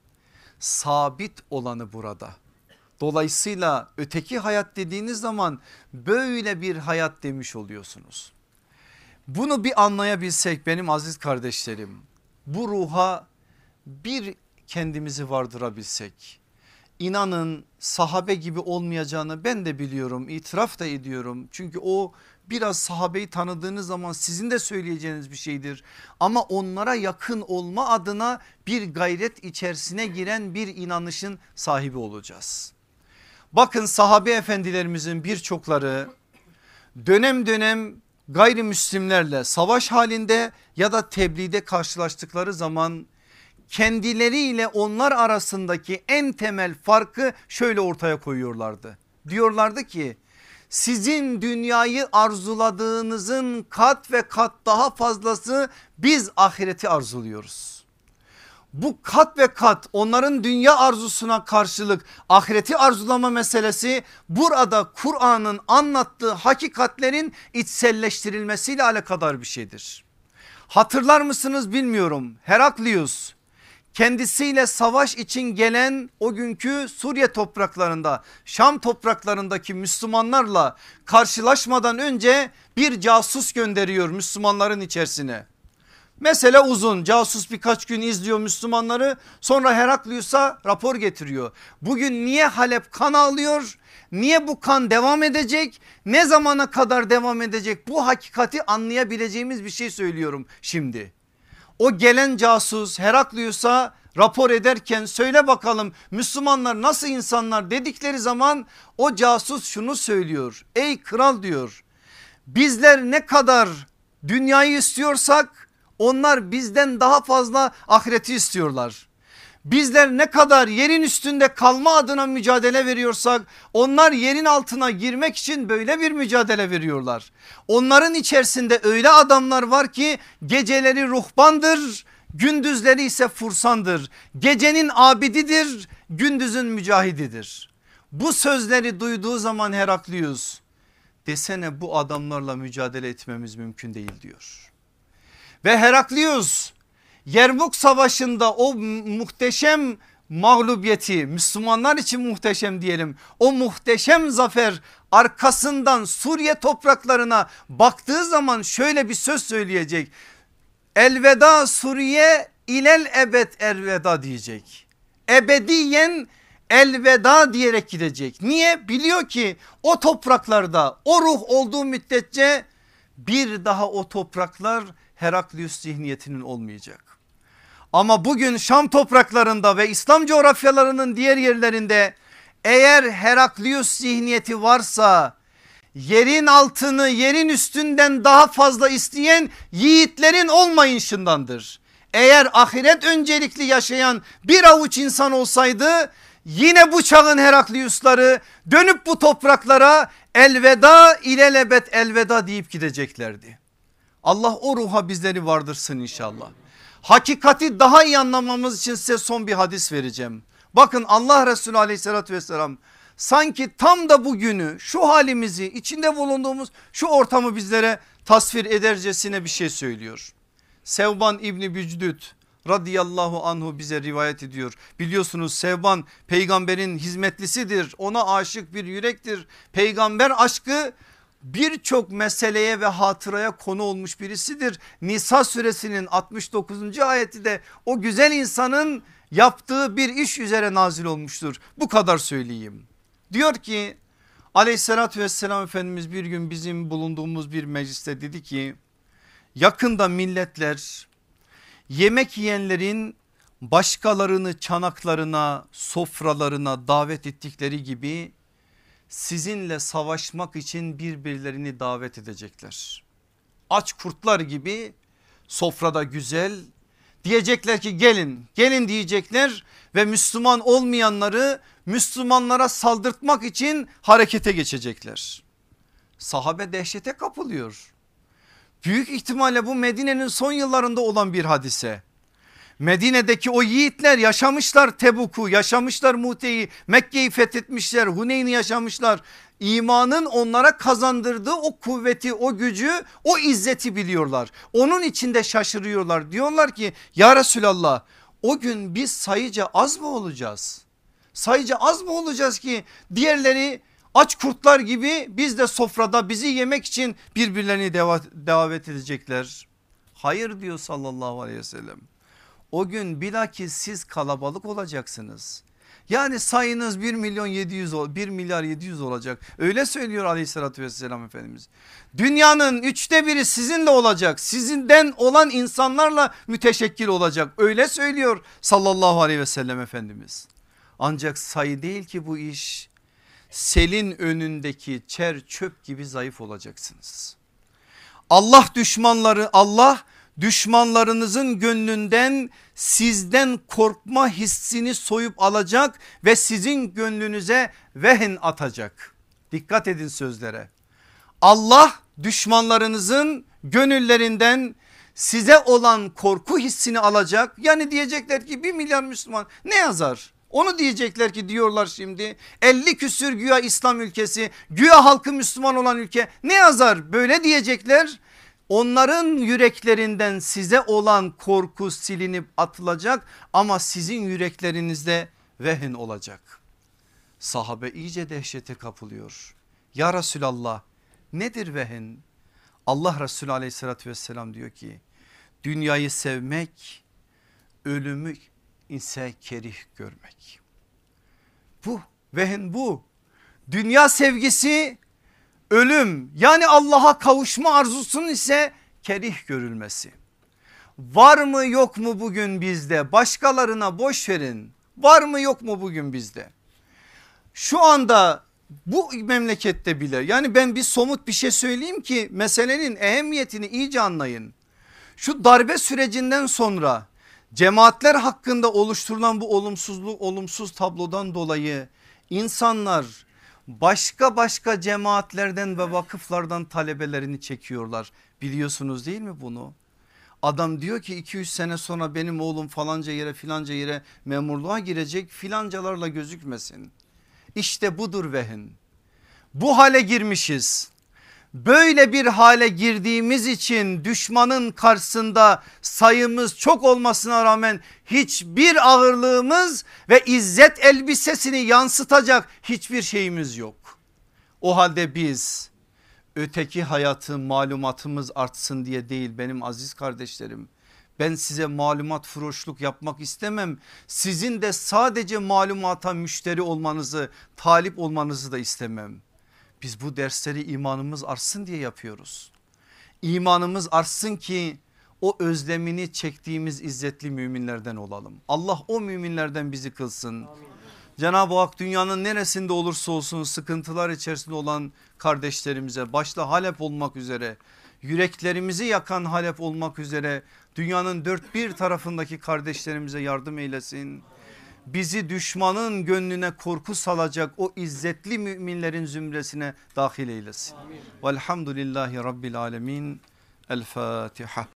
Sabit olanı burada. Dolayısıyla öteki hayat dediğiniz zaman böyle bir hayat demiş oluyorsunuz. Bunu bir anlayabilsek benim aziz kardeşlerim, bu ruha bir kendimizi vardırabilsek, inanın sahabe gibi olmayacağını ben de biliyorum, itiraf da ediyorum. Çünkü o biraz sahabeyi tanıdığınız zaman sizin de söyleyeceğiniz bir şeydir. Ama onlara yakın olma adına bir gayret içerisine giren bir inanışın sahibi olacağız. Bakın sahabe efendilerimizin birçokları dönem dönem gayrimüslimlerle savaş halinde ya da tebliğde karşılaştıkları zaman kendileriyle onlar arasındaki en temel farkı şöyle ortaya koyuyorlardı. Diyorlardı ki sizin dünyayı arzuladığınızın kat ve kat daha fazlası biz ahireti arzuluyoruz. Bu kat ve kat onların dünya arzusuna karşılık ahireti arzulama meselesi burada Kur'an'ın anlattığı hakikatlerin içselleştirilmesiyle alakadar bir şeydir. Hatırlar mısınız bilmiyorum, Heraklius kendisiyle savaş için gelen o günkü Suriye topraklarında, Şam topraklarındaki Müslümanlarla karşılaşmadan önce bir casus gönderiyor Müslümanların içerisine. Mesele uzun, casus birkaç gün izliyor Müslümanları, sonra Heraklius'a rapor getiriyor. Bugün niye Halep kan ağlıyor? Niye bu kan devam edecek? Ne zamana kadar devam edecek? Bu hakikati anlayabileceğimiz bir şey söylüyorum şimdi. O gelen casus Heraklius'a rapor ederken söyle bakalım Müslümanlar nasıl insanlar dedikleri zaman o casus şunu söylüyor. Ey kral diyor, bizler ne kadar dünyayı istiyorsak onlar bizden daha fazla ahireti istiyorlar. Bizler ne kadar yerin üstünde kalma adına mücadele veriyorsak onlar yerin altına girmek için böyle bir mücadele veriyorlar. Onların içerisinde öyle adamlar var ki geceleri ruhbandır, gündüzleri ise fursandır. Gecenin abididir, gündüzün mücahididir. Bu sözleri duyduğu zaman Heraklius, desene bu adamlarla mücadele etmemiz mümkün değil diyor. Ve Heraklius Yermuk Savaşı'nda o muhteşem mağlubiyeti, Müslümanlar için muhteşem diyelim, o muhteşem zafer arkasından Suriye topraklarına baktığı zaman şöyle bir söz söyleyecek. Elveda Suriye ilel ebed elveda diyecek. Ebediyen elveda diyerek gidecek. Niye? Biliyor ki o topraklarda o ruh olduğu müddetçe bir daha o topraklar Heraklius zihniyetinin olmayacak. Ama bugün Şam topraklarında ve İslam coğrafyalarının diğer yerlerinde eğer Heraklius zihniyeti varsa, yerin altını yerin üstünden daha fazla isteyen yiğitlerin olmayışındandır. Eğer ahiret öncelikli yaşayan bir avuç insan olsaydı yine bu çağın Herakliusları dönüp bu topraklara elveda ilelebet elveda deyip gideceklerdi. Allah o ruha bizleri vardırsın inşallah. Hakikati daha iyi anlamamız için size son bir hadis vereceğim. Bakın Allah Resulü aleyhissalatü vesselam sanki tam da bugünü, şu halimizi, içinde bulunduğumuz şu ortamı bizlere tasvir edercesine bir şey söylüyor. Sevban İbni Bücdüt radıyallahu anhu bize rivayet ediyor. Biliyorsunuz Sevban peygamberin hizmetlisidir. Ona aşık bir yürektir. Peygamber aşkı birçok meseleye ve hatıraya konu olmuş birisidir. Nisa suresinin 69. ayeti de o güzel insanın yaptığı bir iş üzere nazil olmuştur. Bu kadar söyleyeyim. Diyor ki aleyhissalatü vesselam Efendimiz bir gün bizim bulunduğumuz bir mecliste dedi ki yakında milletler yemek yiyenlerin başkalarını çanaklarına, sofralarına davet ettikleri gibi sizinle savaşmak için birbirlerini davet edecekler. Aç kurtlar gibi sofrada güzel diyecekler ki gelin, gelin diyecekler ve Müslüman olmayanları Müslümanlara saldırtmak için harekete geçecekler. Sahabe dehşete kapılıyor. Büyük ihtimalle bu Medine'nin son yıllarında olan bir hadise. Medine'deki o yiğitler yaşamışlar Tebuk'u, yaşamışlar Mute'yi, Mekke'yi fethetmişler, Huneyn'i yaşamışlar. İmanın onlara kazandırdığı o kuvveti, o gücü, o izzeti biliyorlar. Onun içinde şaşırıyorlar. Diyorlar ki ya Resulallah o gün biz sayıca az mı olacağız? Sayıca az mı olacağız ki diğerleri aç kurtlar gibi biz de sofrada bizi yemek için birbirlerini davet edecekler. Hayır diyor sallallahu aleyhi ve sellem. O gün bilakis siz kalabalık olacaksınız. Yani sayınız 1 milyar 700 olacak. Öyle söylüyor aleyhissalatü vesselam Efendimiz. Dünyanın 1/3 sizinle olacak. Sizinden olan insanlarla müteşekkil olacak. Öyle söylüyor sallallahu aleyhi ve sellem Efendimiz. Ancak sayı değil ki bu iş. Selin önündeki çer çöp gibi zayıf olacaksınız. Allah düşmanlarınızın gönlünden sizden korkma hissini soyup alacak ve sizin gönlünüze vehn atacak. Dikkat edin sözlere. Allah düşmanlarınızın gönüllerinden size olan korku hissini alacak. Yani diyecekler ki 1 milyar Müslüman ne yazar? Onu diyecekler ki diyorlar şimdi 50 küsür güya İslam ülkesi, güya halkı Müslüman olan ülke ne yazar? Böyle diyecekler. Onların yüreklerinden size olan korku silinip atılacak ama sizin yüreklerinizde vehn olacak. Sahabe iyice dehşete kapılıyor. Ya Resulallah nedir vehn? Allah Resulü aleyhissalatü vesselam diyor ki dünyayı sevmek, ölümü ise kerih görmek. Bu vehn bu. Dünya sevgisi, ölüm yani Allah'a kavuşma arzusunun ise kerih görülmesi. Var mı yok mu bugün bizde? Başkalarına boş verin. Var mı yok mu bugün bizde? Şu anda bu memlekette bile yani ben bir somut bir şey söyleyeyim ki meselenin ehemmiyetini iyice anlayın. Şu darbe sürecinden sonra cemaatler hakkında oluşturulan bu olumsuz tablodan dolayı insanlar başka cemaatlerden ve vakıflardan talebelerini çekiyorlar. Biliyorsunuz değil mi bunu? Adam diyor ki 200 sene sonra benim oğlum falanca yere filanca yere memurluğa girecek, filancalarla gözükmesin. İşte budur vehn. Bu hale girmişiz. Böyle bir hale girdiğimiz için düşmanın karşısında sayımız çok olmasına rağmen hiçbir ağırlığımız ve izzet elbisesini yansıtacak hiçbir şeyimiz yok. O halde biz öteki hayatı malumatımız artsın diye değil benim aziz kardeşlerim. Ben size malumat furoşluk yapmak istemem. Sizin de sadece malumata müşteri olmanızı, talip olmanızı da istemem. Biz bu dersleri imanımız artsın diye yapıyoruz. İmanımız artsın ki o özlemini çektiğimiz izzetli müminlerden olalım. Allah o müminlerden bizi kılsın. Cenab-ı Hak dünyanın neresinde olursa olsun sıkıntılar içerisinde olan kardeşlerimize, başta Halep olmak üzere, yüreklerimizi yakan Halep olmak üzere dünyanın dört bir tarafındaki kardeşlerimize yardım eylesin. Bizi düşmanın gönlüne korku salacak o izzetli müminlerin zümresine dahil eylesin. Velhamdülillahi Rabbil alemin. El Fatiha.